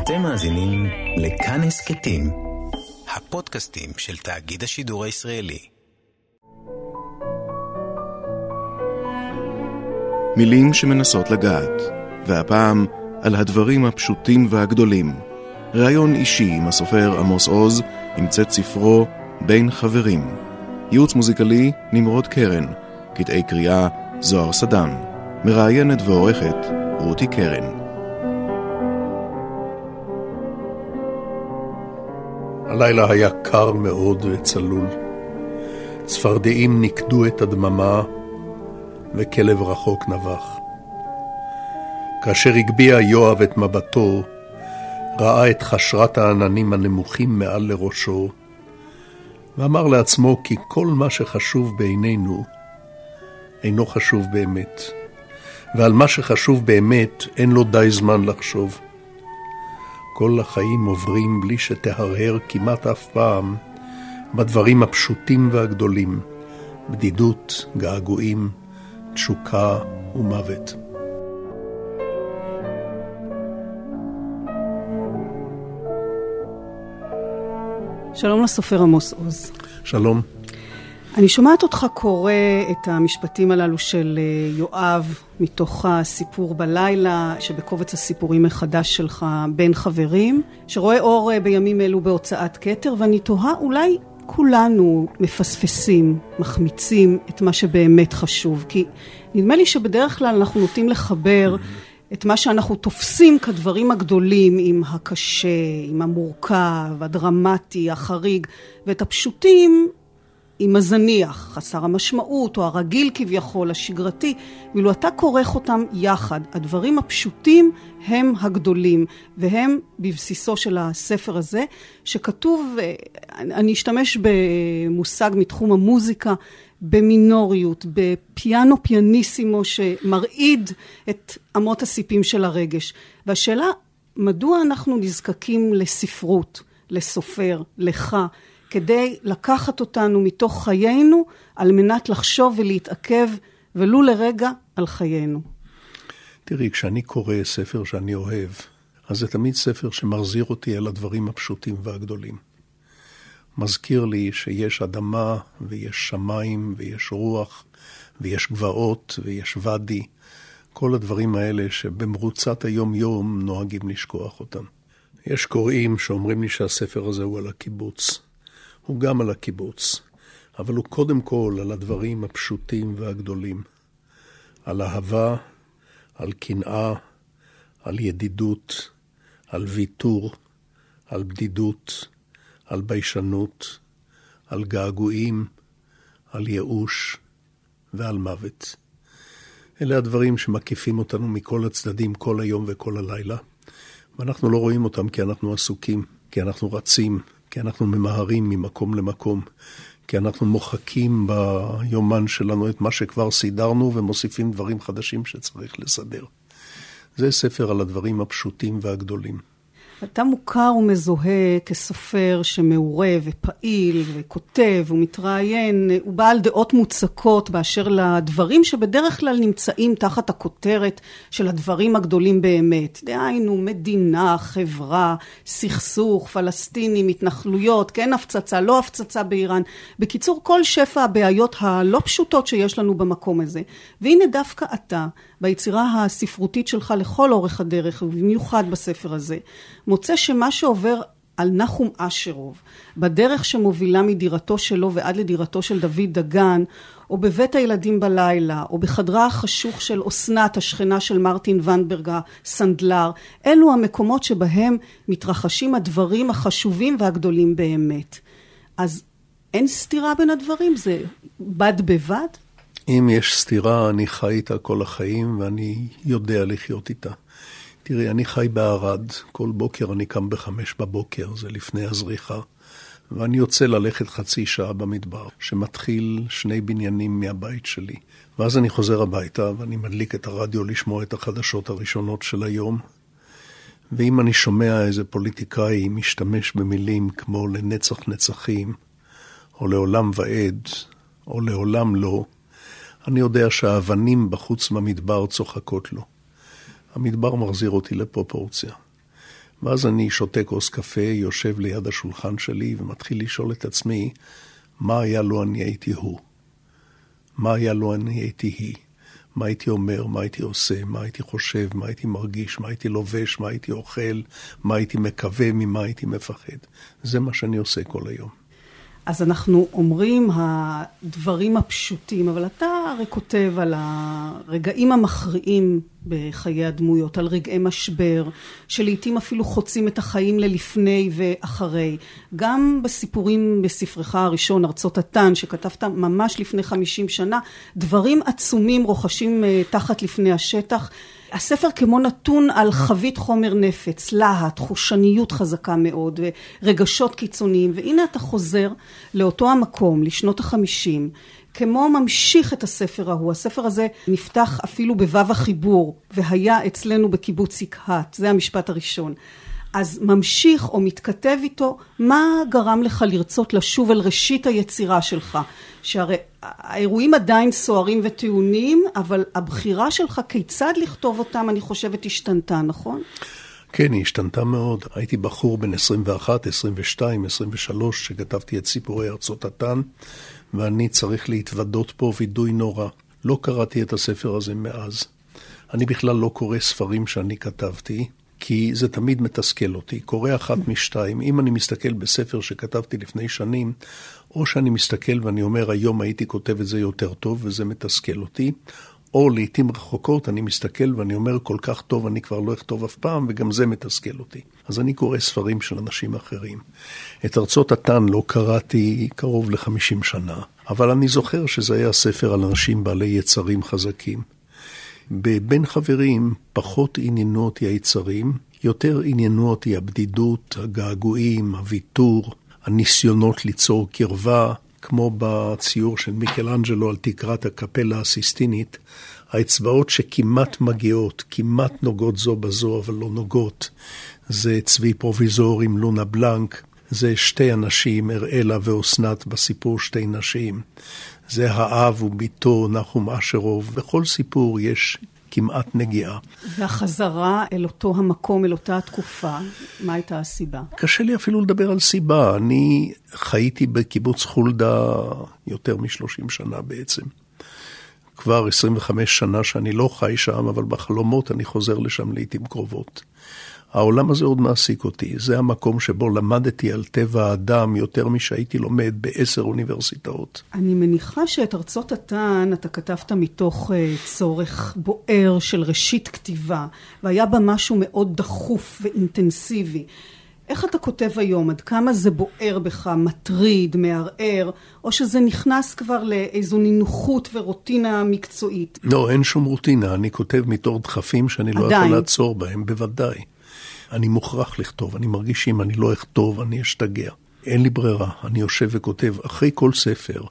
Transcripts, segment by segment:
אתם מאזינים לכאן הסכתים, הפודקאסטים של תאגיד השידור הישראלי. מילים שמנסות לגעת, והפעם על הדברים הפשוטים והגדולים. ראיון אישי עם הסופר עמוס עוז, עם צאת ספרו בין חברים. ייעוץ מוזיקלי נמרוד קרן, קטעי קריאה זוהר סדן, מראיינת ועורכת רותי קרן. הלילה היה קר מאוד וצלול. צפרדעים נקדו את הדממה וכלב רחוק נבח. כאשר הגביע יואב את מבטו, ראה את חשרת העננים הנמוכים מעל לראשו, ואמר לעצמו כי כל מה שחשוב בעינינו אינו חשוב באמת, ועל מה שחשוב באמת אין לו די זמן לחשוב. כל החיים עוברים בלי שתהרהר כמעט אף פעם בדברים הפשוטים והגדולים, בדידות, געגועים, תשוקה ומוות. שלום לסופר עמוס עוז. שלום. אני שומעת אותך קורא את המשפטים הללו של יואב מתוך הסיפור בלילה, שבקובץ הסיפורים מחדש שלך בין חברים, שרואה אור בימים אלו בהוצאת כתר, ואני תוהה אולי כולנו מפספסים, מחמיצים את מה שבאמת חשוב, כי נדמה לי שבדרך כלל אנחנו נוטים לחבר את מה שאנחנו תופסים כדברים הגדולים עם הקשה, עם המורכב, הדרמטי, החריג, ואת הפשוטים עם הזניח, חסר המשמעות או הרגיל כביכול, השגרתי, ואילו אתה כורך אותם יחד. הדברים הפשוטים הם הגדולים, והם בבסיסו של הספר הזה, שכתוב, אני אשתמש במושג מתחום המוזיקה, במינוריות, בפיאנו פיאניסימו שמרעיד את אמות הסיפים של הרגש. והשאלה, מדוע אנחנו נזקקים לספרות, לסופר, לך, כדי לקחת אותנו מתוך חיינו, על מנת לחשוב ולהתעכב, ולו לרגע על חיינו? תראי, כשאני קורא ספר שאני אוהב, אז זה תמיד ספר שמחזיר אותי אל הדברים הפשוטים והגדולים. מזכיר לי שיש אדמה ויש שמיים ויש רוח ויש גבעות ויש ודי. כל הדברים האלה שבמרוצת היום-יום נוהגים לשכוח אותם. יש קוראים שאומרים לי שהספר הזה הוא על הקיבוץ. הוא גם על הקיבוץ, אבל הוא קודם כל על הדברים הפשוטים והגדולים. על אהבה, על קנאה, על ידידות, על ויתור, על בדידות, על ביישנות, על געגועים, על ייאוש ועל מוות. אלה הדברים שמקיפים אותנו מכל הצדדים כל היום וכל הלילה, ואנחנו לא רואים אותם כי אנחנו עסוקים, כי אנחנו רצים, כי אנחנו ממהרים ממקום למקום, כי אנחנו מוחקים ביומן שלנו את מה שכבר סידרנו ומוסיפים דברים חדשים שצריך לסדר. זה ספר על הדברים הפשוטים והגדולים. אתה מוכר ומזוהה כסופר שמעורב ופעיל וכותב ומתראיין, הוא בעל דעות מוצקות באשר לדברים שבדרך כלל נמצאים תחת הכותרת של הדברים הגדולים באמת. דהיינו, מדינה, חברה, סכסוך, פלסטינים, התנחלויות, כן הפצצה, לא הפצצה באיראן. בקיצור, כל שפע הבעיות הלא פשוטות שיש לנו במקום הזה. והנה דווקא אתה, ביצירה הספרותית שלך לכל אורך הדרך, ובמיוחד בספר הזה, מוצא שמה שעובר על נחום אשרוב, בדרך שמובילה מדירתו שלו ועד לדירתו של דוד דגן, או בבית הילדים בלילה, או בחדרה החשוך של אסנת, השכנה של מרטין ונברג הסנדלר, אלו המקומות שבהם מתרחשים הדברים החשובים והגדולים באמת. אז אין סתירה בין הדברים? זה בד בבד? אם יש סתירה, אני חי איתה כל החיים, ואני יודע לחיות איתה. תראי, אני חי בערד, כל בוקר אני קם ב5 בבוקר, זה לפני הזריחה, ואני יוצא ללכת חצי שעה במדבר, שמתחיל 2 בניינים מהבית שלי. ואז אני חוזר הביתה, ואני מדליק את הרדיו לשמוע את החדשות הראשונות של היום, ואם אני שומע איזה פוליטיקאי משתמש במילים כמו לנצח נצחים, או לעולם ועד, או לעולם לא, אני יודע שהאבנים בחוץ במדבר צוחקות לו. המדבר מחזיר אותי לפרופורציה. ואז אני שותה כוס קפה, יושב ליד השולחן שלי ומתחיל לשאול את עצמי, מה היה לו אני הייתי הוא? מה היה לו אני הייתי היא? מה הייתי אומר, מה הייתי עושה, מה הייתי חושב, מה הייתי מרגיש, מה הייתי לובש, מה הייתי אוכל, מה הייתי מקווה, ממה הייתי מפחד. זה מה שאני עושה כל היום. אז אנחנו אומרים הדברים הפשוטים, אבל אתה הרי כותב על הרגעים המכריעים בחיי הדמויות, על רגעי משבר, שלעיתים אפילו חוצים את החיים ללפני ואחרי. גם בסיפורים בספרך הראשון, ארצות התן, שכתבת ממש לפני 50 שנה, דברים עצומים רוחשים תחת לפני השטח. הספר כמו נתון על חבית חומר נפץ, להט, חושניות חזקה מאוד, רגשות קיצוניים, והנה אתה חוזר לאותו המקום, לשנות ה-50, כמו ממשיך את הספר ההוא. הספר הזה נפתח אפילו בבב החיבור, והיה אצלנו בקיבוץ יקהת, זה המשפט הראשון. אז ממשיך או מתכתב איתו, מה גרם לך לרצות לשוב אל ראשית היצירה שלך? שהרי האירועים עדיין סוערים וטעונים, אבל הבחירה שלך כיצד לכתוב אותם, אני חושבת, השתנתה, נכון? כן, היא השתנתה מאוד. הייתי בחור בן 21, 22, 23, שכתבתי את סיפורי ארצות התן, ואני צריך להתוודות פה וידוי נורא. לא קראתי את הספר הזה מאז. אני בכלל לא קורא ספרים שאני כתבתי, כי זה תמיד מתסכל אותי. קורא אחת משתיים. אם אני מסתכל בספר שכתבתי לפני שנים, או שאני מסתכל ואני אומר, היום הייתי כותב את זה יותר טוב, וזה מתסכל אותי, או לעתים רחוקות אני מסתכל ואני אומר, כל כך טוב, אני כבר לא אכתוב אף פעם, וגם זה מתסכל אותי. אז אני קורא ספרים של אנשים אחרים. את ארצות התן לא קראתי קרוב ל-50 שנה, אבל אני זוכר שזה היה ספר על אנשים בעלי יצרים חזקים. בבין חברים פחות עניינו אותי היצרים, יותר עניינו אותי הבדידות, הגעגועים, הוויתור, הניסיונות ליצור קרבה, כמו בציור של מיקלאנג'לו על תקרת הקפלה הסיסטינית, האצבעות שכמעט מגיעות, כמעט נוגעות זו בזו, אבל לא נוגעות. זה צבי פרוביזור עם לונה בלנק, זה שתי אנשים, אראלה ואוסנת בסיפור שתי נשים. זה האב וביתו נחום אשרוב. בכל סיפור יש כמעט נגיעה. והחזרה אל אותו המקום, אל אותה התקופה, מה הייתה הסיבה? קשה לי אפילו לדבר על סיבה. אני חייתי בקיבוץ חולדה יותר מ-30 שנה בעצם. כבר 25 שנה שאני לא חי שם, אבל בחלומות אני חוזר לשם לעתים קרובות. העולם הזה עוד מעסיק אותי. זה המקום שבו למדתי על טבע האדם יותר משהייתי לומד ב10 אוניברסיטאות. אני מניחה שאת ארצות התן אתה כתבת מתוך צורך בוער של ראשית כתיבה, והיה בה משהו מאוד דחוף ואינטנסיבי. איך אתה כותב היום? עד כמה זה בוער בך, מטריד, מערער, או שזה נכנס כבר לאיזו נינוחות ורוטינה מקצועית? לא, אין שום רוטינה. אני כותב מתוך דחפים שאני לא יכול לעצור בהם, בוודאי. אני מוכרח לכתוב, אני מרגיש שאם אני לא אכתוב, אני אשתגע. אין לי ברירה, אני יושב וכותב אחרי כל ספר,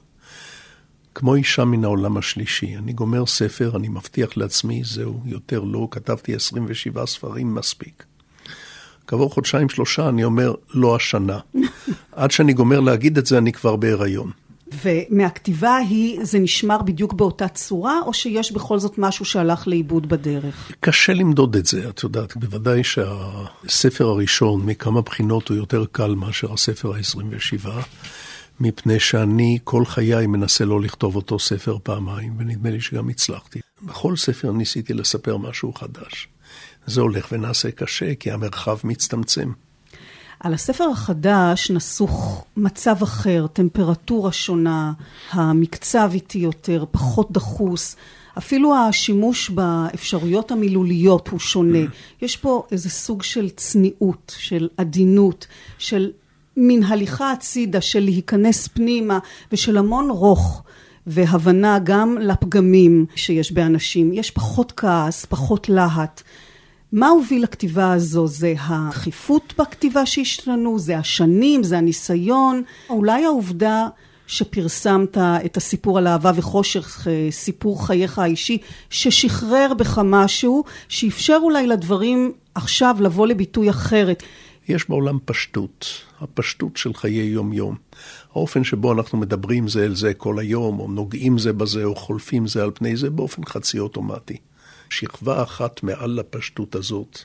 כמו אישה מן העולם השלישי. אני גומר ספר, אני מבטיח לעצמי, זהו, יותר לא, כתבתי 27 ספרים מספיק. כעבור חודשיים 3 אני אומר, לא השנה. עד שאני גומר להגיד את זה, אני כבר בהיריון. ומהכתיבה היא, זה נשמר בדיוק באותה צורה, או שיש בכל זאת משהו שהלך לאיבוד בדרך? קשה למדוד את זה, את יודעת. בוודאי שהספר הראשון, מכמה בחינות, הוא יותר קל מאשר הספר ה-27, מפני שאני כל חיי מנסה לא לכתוב אותו ספר פעמיים, ונדמה לי שגם הצלחתי. בכל ספר ניסיתי לספר משהו חדש. זה הולך ונעשה קשה, כי המרחב מצטמצם. על הספר החדש נסוך מצב אחר, טמפרטורה שונה, המקצב איטי יותר, פחות דחוס, אפילו השימוש באפשרויות המילוליות הוא שונה. יש פה איזה סוג של צניעות, של עדינות, של מין הליכה הצידה, של להיכנס פנימה, ושל המון רוך והבנה גם לפגמים שיש באנשים. יש פחות כעס, פחות להט. מה הוביל לכתיבה הזו? זה הדחיפות בכתיבה שהשתנו? זה השנים? זה הניסיון? אולי העובדה שפרסמת את הסיפור על אהבה וחושך, סיפור חייך האישי, ששחרר בך משהו, שאפשר אולי לדברים עכשיו לבוא לביטוי אחרת. יש בעולם פשטות, הפשטות של חיי יום-יום. האופן שבו אנחנו מדברים זה אל זה כל היום, או נוגעים זה בזה, או חולפים זה על פני זה, באופן חצי אוטומטי. שכבה אחת מעל הפשטות הזאת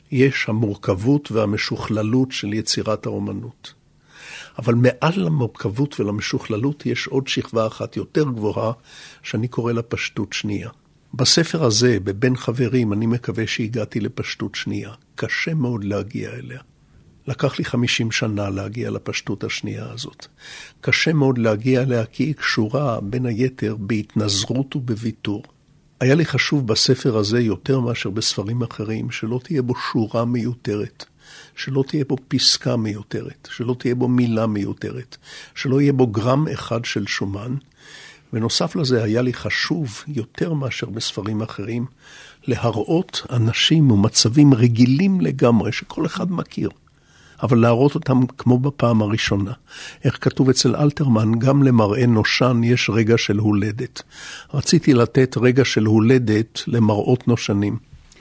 יש המורכבות והמשוכללות של יצירת האומנות. אבל מעל למורכבות ולמשוכללות יש עוד שכבה אחת יותר גבוהה, שאני קורא לה פשטות שנייה. בספר הזה, בבין חברים, אני מקווה שהגעתי לפשטות שנייה. קשה מאוד להגיע אליה. לקח לי 50 שנה להגיע לפשטות השנייה הזאת. קשה מאוד להגיע אליה כי היא קשורה בין היתר בהתנזרות ובוויתור. היה לי חשוב בספר הזה יותר מאשר בספרים אחרים, שלא תהיה בו שורה מיותרת, שלא תהיה בו פסקה מיותרת, שלא תהיה בו מילה מיותרת, שלא יהיה בו גרם אחד של שומן. ונוסף לזה היה לי חשוב יותר מאשר בספרים אחרים, להראות אנשים ומצבים רגילים לגמרי, שכל אחד מכיר. אבל להראות אותם כמו בפעם הראשונה. איך כתוב אצל אלתרמן, גם למראה נושן יש רגע של הולדת. רציתי לתת רגע של הולדת למראות נושנים.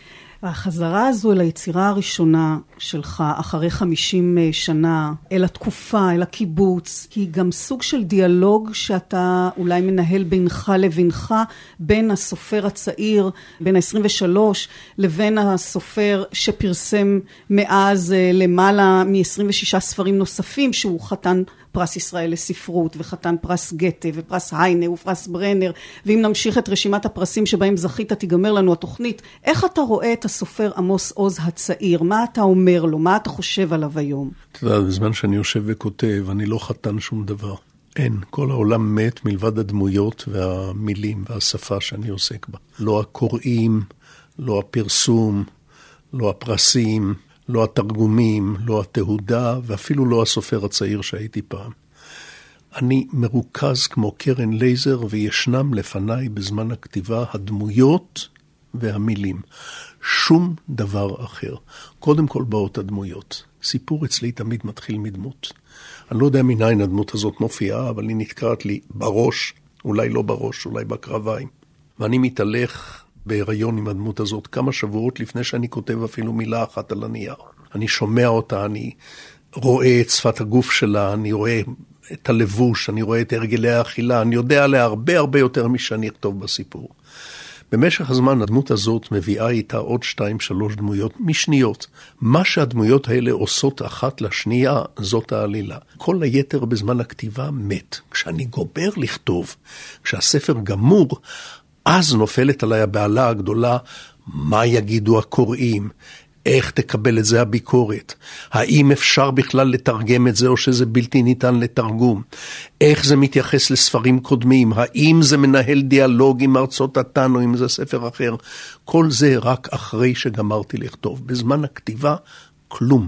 והחזרה הזו אל היצירה הראשונה שלך, אחרי 50 שנה, אל התקופה, אל הקיבוץ, היא גם סוג של דיאלוג שאתה אולי מנהל בינך לבינך, בין הסופר הצעיר, בין ה-23, לבין הסופר שפרסם מאז למעלה מ-26 ספרים נוספים, שהוא חתן פרס ישראל לספרות, וחתן פרס גתה, ופרס היינה, ופרס ברנר, ואם נמשיך את רשימת הפרסים שבהם זכית, תיגמר לנו התוכנית. איך אתה רואה את הסופר עמוס עוז הצעיר? מה אתה אומר לו? מה אתה חושב עליו היום? אתה יודע, בזמן שאני יושב וכותב, אני לא חתן שום דבר. אין, כל העולם מת מלבד הדמויות והמילים והשפה שאני עוסק בה. לא הקוראים, לא הפרסום, לא הפרסים, לא התרגומים, לא התהודה, ואפילו לא הסופר הצעיר שהייתי פעם. אני מרוכז כמו קרן לייזר, וישנם לפניי בזמן הכתיבה הדמויות והמילים. שום דבר אחר. קודם כל באות הדמויות. סיפור אצלי תמיד מתחיל מדמות. אני לא יודע מניין הדמות הזאת מופיעה, אבל היא נתקעת לי בראש, אולי לא בראש, אולי בקרביים. ואני מתהלך בהיריון עם הדמות הזאת כמה שבועות לפני שאני כותב אפילו מילה אחת על הנייר. אני שומע אותה, אני רואה את שפת הגוף שלה, אני רואה את הלבוש, אני רואה את הרגלי האכילה, אני יודע עליה הרבה יותר משאני אכתוב בסיפור. במשך הזמן הדמות הזאת מביאה איתה עוד 2-3 דמויות משניות. מה שהדמויות האלה עושות אחת לשנייה, זאת העלילה. כל היתר בזמן הכתיבה מת. כשאני גובר לכתוב, כשהספר גמור, אז נופלת עליי הבעלה הגדולה, מה יגידו הקוראים, איך תקבל את זה הביקורת, האם אפשר בכלל לתרגם את זה או שזה בלתי ניתן לתרגום, איך זה מתייחס לספרים קודמים, האם זה מנהל דיאלוג עם ארצות התן או אם זה ספר אחר, כל זה רק אחרי שגמרתי לכתוב. בזמן הכתיבה כלום,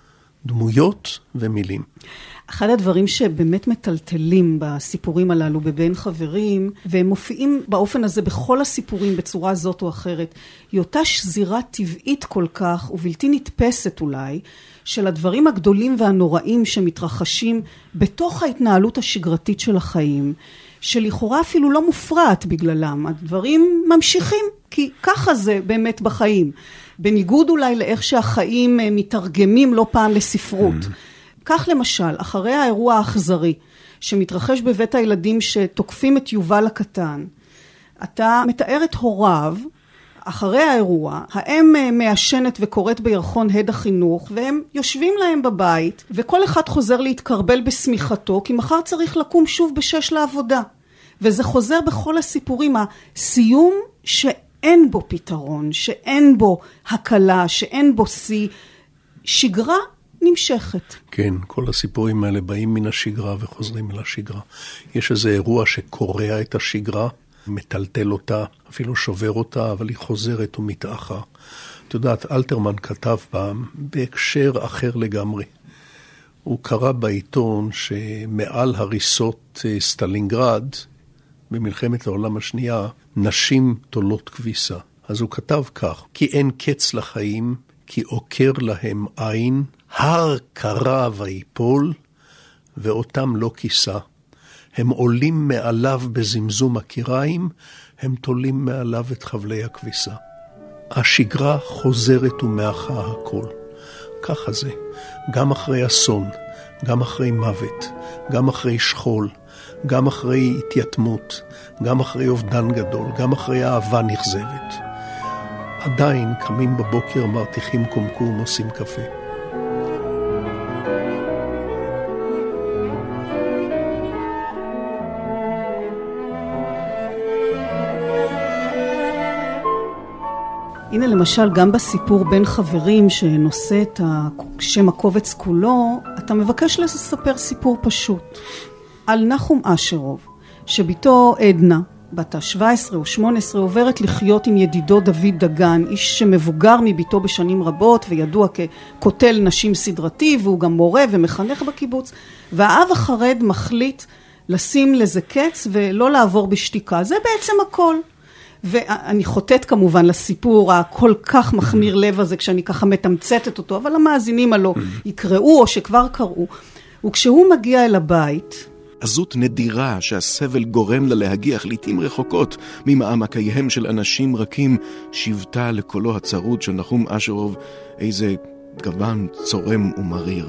דמויות ומילים. אחד הדברים שבאמת מטלטלים בסיפורים הללו בבין חברים, והם מופיעים באופן הזה בכל הסיפורים בצורה זאת או אחרת, היא אותה שזירה טבעית כל כך ובלתי נתפסת אולי, של הדברים הגדולים והנוראים שמתרחשים בתוך ההתנהלות השגרתית של החיים, שלכאורה אפילו לא מופרעת בגללם. הדברים ממשיכים, כי ככה זה באמת בחיים. בניגוד אולי לאיך שהחיים מתרגמים לא פעם לספרות. כך למשל, אחרי האירוע האכזרי שמתרחש בבית הילדים שתוקפים את יובל הקטן, אתה מתאר את הוריו, אחרי האירוע, האם מעשנת וקוראת בירחון הד החינוך, והם יושבים להם בבית, וכל אחד חוזר להתקרבל בסמיכתו, כי מחר צריך לקום שוב ב6 לעבודה. וזה חוזר בכל הסיפורים, הסיום שאין בו פתרון, שאין בו הקלה, שאין בו שגרה, נמשכת. כן, כל הסיפורים האלה באים מן השגרה וחוזרים אל השגרה. יש איזה אירוע שקורע את השגרה, מטלטל אותה, אפילו שובר אותה, אבל היא חוזרת ומתאחה. את יודעת, אלתרמן כתב פעם בהקשר אחר לגמרי. הוא קרא בעיתון שמעל הריסות סטלינגרד, במלחמת העולם השנייה, נשים תולות כביסה. אז הוא כתב כך, כי אין קץ לחיים, כי עוקר להם עין, הר קרה ויפול, ואותם לא כיסה. הם עולים מעליו בזמזום הקיריים, הם תולים מעליו את חבלי הכביסה. השגרה חוזרת ומאחה הכל. ככה זה, גם אחרי אסון, גם אחרי מוות, גם אחרי שכול, גם אחרי התייתמות, גם אחרי אובדן גדול, גם אחרי אהבה נכזבת. עדיין קמים בבוקר, מרתיחים קומקום, עושים קפה. הנה למשל, גם בסיפור בין חברים שנושא את שם הקובץ כולו, אתה מבקש לספר סיפור פשוט על נחום אשרוב, שביתו עדנה, בת ה-17 או 18, עוברת לחיות עם ידידו דוד דגן, איש שמבוגר מביתו בשנים רבות וידוע ככותל נשים סדרתי, והוא גם מורה ומחנך בקיבוץ, והאב החרד מחליט לשים לזה קץ ולא לעבור בשתיקה. זה בעצם הכל. ואני חוטאת כמובן לסיפור הכל כך מחמיר לב הזה כשאני ככה מתמצתת אותו, אבל המאזינים הלא יקראו או שכבר קראו. וכשהוא מגיע אל הבית, עזות נדירה שהסבל גורם לה להגיח לעתים רחוקות ממעמקיהם של אנשים רכים, שיבטה לקולו הצרוד של נחום אשרוב איזה גוון צורם ומריר.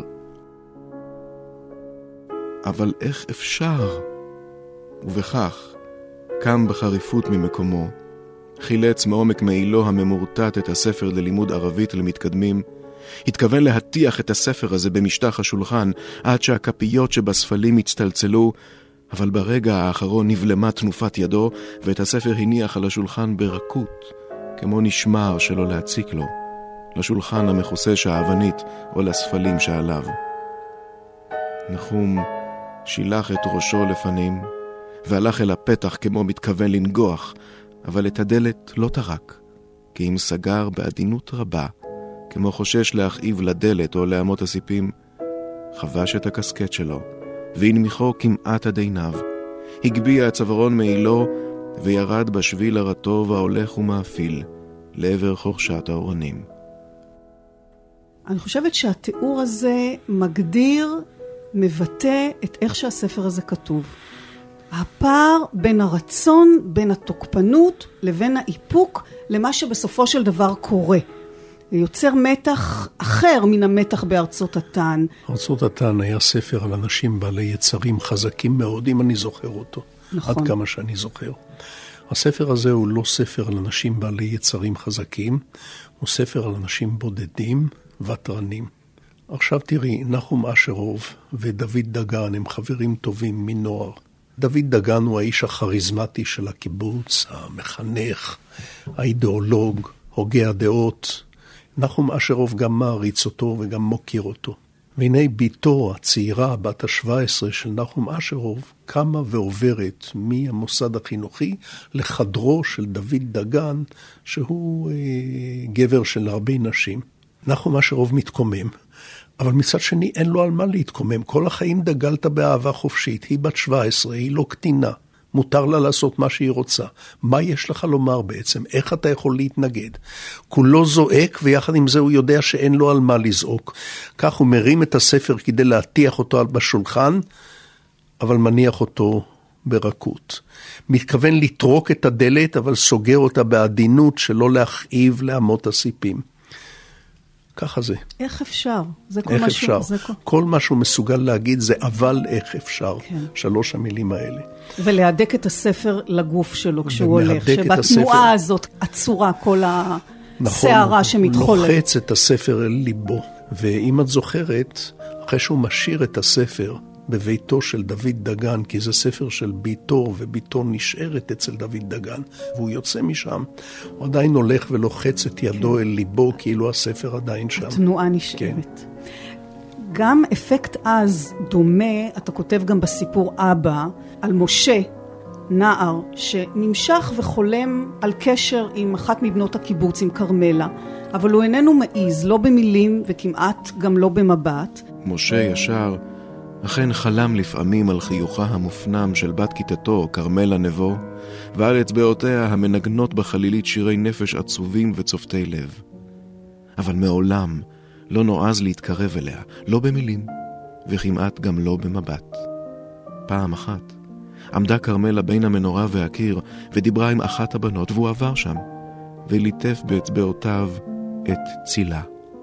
אבל איך אפשר? ובכך קם בחריפות ממקומו, חילץ מעומק מעילו הממורטט את הספר ללימוד ערבית למתקדמים, התכוון להטיח את הספר הזה במשטח השולחן עד שהכפיות שבספלים הצטלצלו, אבל ברגע האחרון נבלמה תנופת ידו ואת הספר הניח על השולחן ברכות, כמו נשמר שלא להציק לו, לשולחן המכוסה שהאבנית או לספלים שעליו. נחום שילח את ראשו לפנים והלך אל הפתח כמו מתכוון לנגוח, אבל את הדלת לא טרק, כי אם סגר בעדינות רבה, כמו חושש להכאיב לדלת או לעמות הסיפים, חבש את הקסקט שלו, והנמיכו כמעט עד עיניו, הגביע את צווארון מעילו, וירד בשביל הרטוב ההולך ומאפיל, לעבר חורשת האורנים. אני חושבת שהתיאור הזה מגדיר, מבטא את איך שהספר הזה כתוב. הפער בין הרצון, בין התוקפנות, לבין האיפוק, למה שבסופו של דבר קורה. יוצר מתח אחר מן המתח בארצות התן. ארצות התן היה ספר על אנשים בעלי יצרים חזקים מאוד, אם אני זוכר אותו. נכון. עד כמה שאני זוכר. הספר הזה הוא לא ספר על אנשים בעלי יצרים חזקים, הוא ספר על אנשים בודדים, וטרנים. עכשיו תראי, נחום אשרוב ודוד דגן הם חברים טובים מנוער. דוד דגן הוא האיש הכריזמטי של הקיבוץ, המחנך, האידיאולוג, הוגה הדעות. נחום אשרוב גם מעריץ אותו וגם מוקיר אותו. והנה ביתו הצעירה, בת ה-17 של נחום אשרוב, קמה ועוברת מהמוסד החינוכי לחדרו של דוד דגן, שהוא גבר של הרבה נשים. נחום אשרוב מתקומם, אבל מצד שני אין לו על מה להתקומם. כל החיים דגלת באהבה חופשית, היא בת 17, היא לא קטינה. מותר לה לעשות מה שהיא רוצה. מה יש לך לומר בעצם? איך אתה יכול להתנגד? כולו זועק, ויחד עם זה הוא יודע שאין לו על מה לזעוק. כך הוא מרים את הספר כדי להטיח אותו בשולחן, אבל מניח אותו ברכות. מתכוון לטרוק את הדלת, אבל סוגר אותה בעדינות שלא להכאיב לעמות הסיפים. ככה זה. איך אפשר? זה כל איך משהו, אפשר? זה כל מה שהוא מסוגל להגיד זה אבל איך אפשר. כן. 3 המילים האלה. ולהדק את הספר לגוף שלו כשהוא הולך. שבתנועה הזאת עצורה כל השערה שמתחולת. הוא לוחץ את הספר אל ליבו. ואם את זוכרת, אחרי שהוא משאיר את הספר בביתו של דוד דגן, כי זה ספר של ביתו, וביתו נשארת אצל דוד דגן, והוא יוצא משם, הוא עדיין הולך ולוחץ את ידו אל ליבו, כאילו הספר עדיין שם. התנועה נשארת. גם אפקט אז דומה, אתה כותב גם בסיפור אבא, על משה, נער, שנמשך וחולם על קשר עם אחת מבנות הקיבוץ, עם קרמלה, אבל הוא איננו מעיז, לא במילים וכמעט גם לא במבט. משה ישר אכן חלם לפעמים על חיוכה המופנם של בת כיתתו, קרמלה נבו, ועל אצבעותיה המנגנות בחלילית שירי נפש עצובים וצופתי לב. אבל מעולם לא נועז להתקרב אליה, לא במילים, וכמעט גם לא במבט. פעם אחת עמדה קרמלה בין המנורה והקיר, ודיברה עם אחת הבנות, והוא עבר שם, וליטף באצבעותיו את צילה.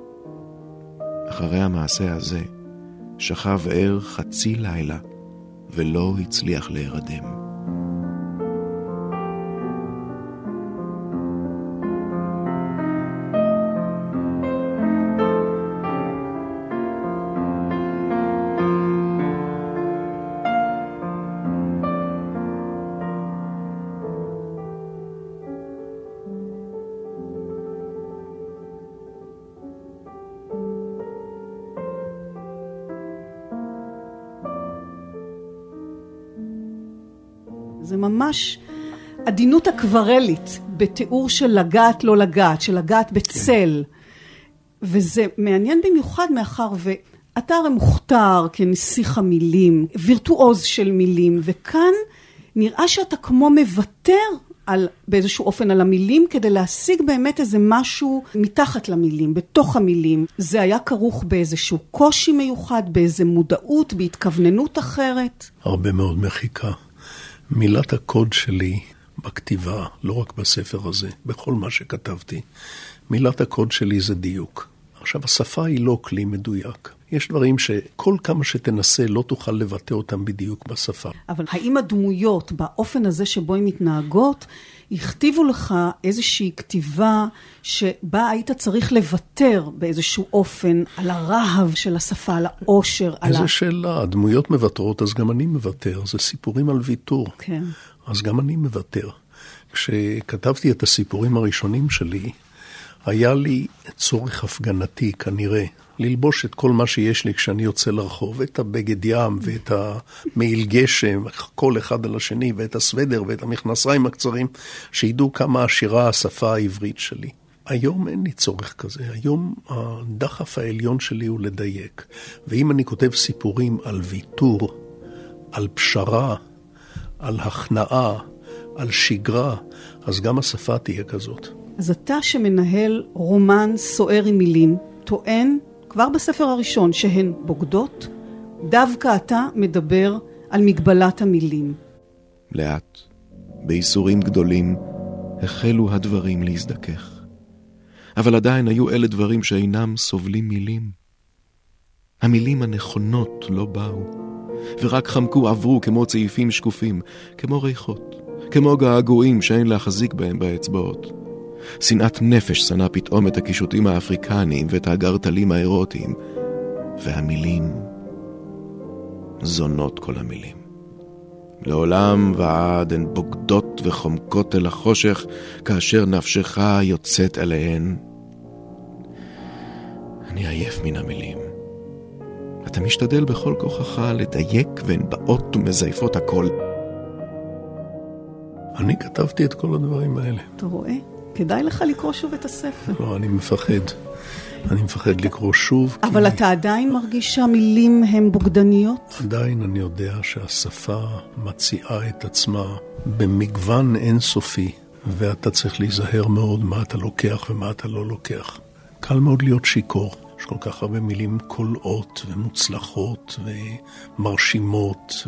אחרי המעשה הזה, שכב ער חצי לילה, ולא הצליח להירדם. זה ממש עדינות אקוורלית בתיאור של לגעת לא לגעת, של לגעת בצל. וזה מעניין במיוחד מאחר ואתה הרי מוכתר כנסיך המילים, וירטואוז של מילים, וכאן נראה שאתה כמו מוותר באיזשהו אופן על המילים, כדי להשיג באמת איזה משהו מתחת למילים, בתוך המילים. זה היה כרוך באיזשהו קושי מיוחד, באיזו מודעות, בהתכווננות אחרת. הרבה מאוד מחיקה. מילת הקוד שלי בכתיבה, לא רק בספר הזה, בכל מה שכתבתי, מילת הקוד שלי זה דיוק. עכשיו, השפה היא לא כלי מדויק. יש דברים שכל כמה שתנסה לא תוכל לבטא אותם בדיוק בשפה. אבל האם הדמויות באופן הזה שבו הן מתנהגות, הכתיבו לך איזושהי כתיבה שבה היית צריך לוותר באיזשהו אופן על הרהב של השפה, על העושר? איזו שאלה, הדמויות מבטרות, אז גם אני מבטר. זה סיפורים על ויתור. כן. אז גם אני מבטר. כשכתבתי את הסיפורים הראשונים שלי, היה לי צורך הפגנתי כנראה, ללבוש את כל מה שיש לי כשאני יוצא לרחוב, את הבגד ים ואת המעיל גשם, כל אחד על השני, ואת הסוודר ואת המכנסיים הקצרים, שידעו כמה עשירה השפה העברית שלי. היום אין לי צורך כזה, היום הדחף העליון שלי הוא לדייק. ואם אני כותב סיפורים על ויתור, על פשרה, על הכנעה, על שגרה, אז גם השפה תהיה כזאת. אז אתה שמנהל רומן סוער עם מילים, טוען כבר בספר הראשון שהן בוגדות, דווקא אתה מדבר על מגבלת המילים. לאט, בייסורים גדולים, החלו הדברים להזדכך. אבל עדיין היו אלה דברים שאינם סובלים מילים. המילים הנכונות לא באו, ורק חמקו עברו כמו צעיפים שקופים, כמו ריחות, כמו געגועים שאין להחזיק בהם באצבעות. שנאת נפש שנא פתאום את הקישוטים האפריקניים ואת הגרטלים האירוטיים, והמילים זונות כל המילים. לעולם ועד הן בוגדות וחומקות אל החושך, כאשר נפשך יוצאת אליהן. אני עייף מן המילים. אתה משתדל בכל כוחך לדייק, והן באות ומזייפות הכל. אני כתבתי את כל הדברים האלה. אתה רואה? כדאי לך לקרוא שוב את הספר. לא, אני מפחד. אני מפחד לקרוא שוב. אבל אתה עדיין מרגיש שהמילים הן בוגדניות? עדיין אני יודע שהשפה מציעה את עצמה במגוון אינסופי, ואתה צריך להיזהר מאוד מה אתה לוקח ומה אתה לא לוקח. קל מאוד להיות שיקור. יש כל כך הרבה מילים קולעות ומוצלחות ומרשימות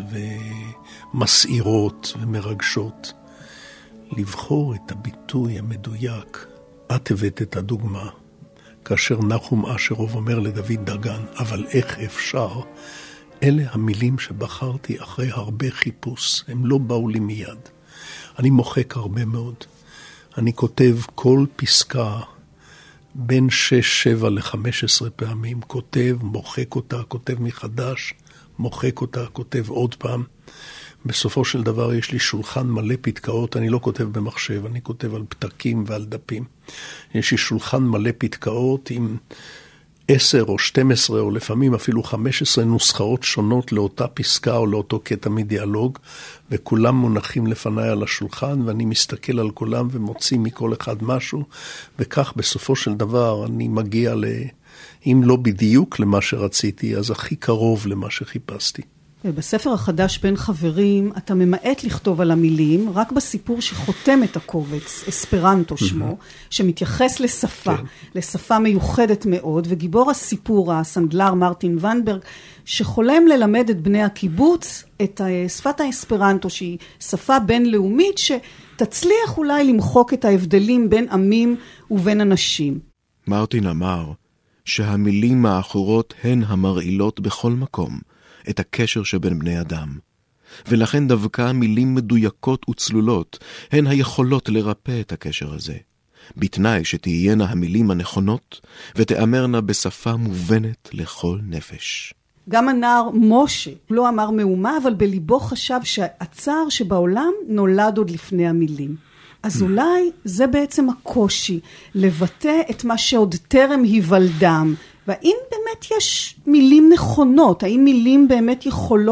ומסעירות ומרגשות. לבחור את הביטוי המדויק. את הבאת את הדוגמה, כאשר נחום אשרוב אומר לדוד דגן, אבל איך אפשר? אלה המילים שבחרתי אחרי הרבה חיפוש, הם לא באו לי מיד. אני מוחק הרבה מאוד. אני כותב כל פסקה בין 6, 7 ל-15 פעמים, כותב, מוחק אותה, כותב מחדש, מוחק אותה, כותב עוד פעם. בסופו של דבר יש לי שולחן מלא פתקאות, אני לא כותב במחשב, אני כותב על פתקים ועל דפים. יש לי שולחן מלא פתקאות עם 10 או 12 או לפעמים אפילו 15 נוסחאות שונות לאותה פסקה או לאותו קטע מדיאלוג, וכולם מונחים לפניי על השולחן, ואני מסתכל על כולם ומוציא מכל אחד משהו, וכך בסופו של דבר אני מגיע אם לא בדיוק למה שרציתי, אז הכי קרוב למה שחיפשתי. ובספר החדש בין חברים, אתה ממעט לכתוב על המילים, רק בסיפור שחותם את הקובץ, אספרנטו שמו, שמתייחס לשפה, לשפה מיוחדת מאוד, וגיבור הסיפור, הסנדלר מרטין ונברג, שחולם ללמד את בני הקיבוץ את שפת האספרנטו, שהיא שפה בינלאומית, שתצליח אולי למחוק את ההבדלים בין עמים ובין אנשים. מרטין אמר שהמילים האחורות הן המרעילות בכל מקום, את הקשר שבין בני אדם. ולכן דווקא מילים מדויקות וצלולות הן היכולות לרפא את הקשר הזה, בתנאי שתהיינה המילים הנכונות ותאמרנה בשפה מובנת לכל נפש. גם הנער משה לא אמר מאומה, אבל בליבו חשב שהצער שבעולם נולד עוד לפני המילים. אז אולי זה בעצם הקושי, לבטא את מה שעוד טרם היוולדם. והאם באמת יש מילים נכונות? האם מילים באמת יכולות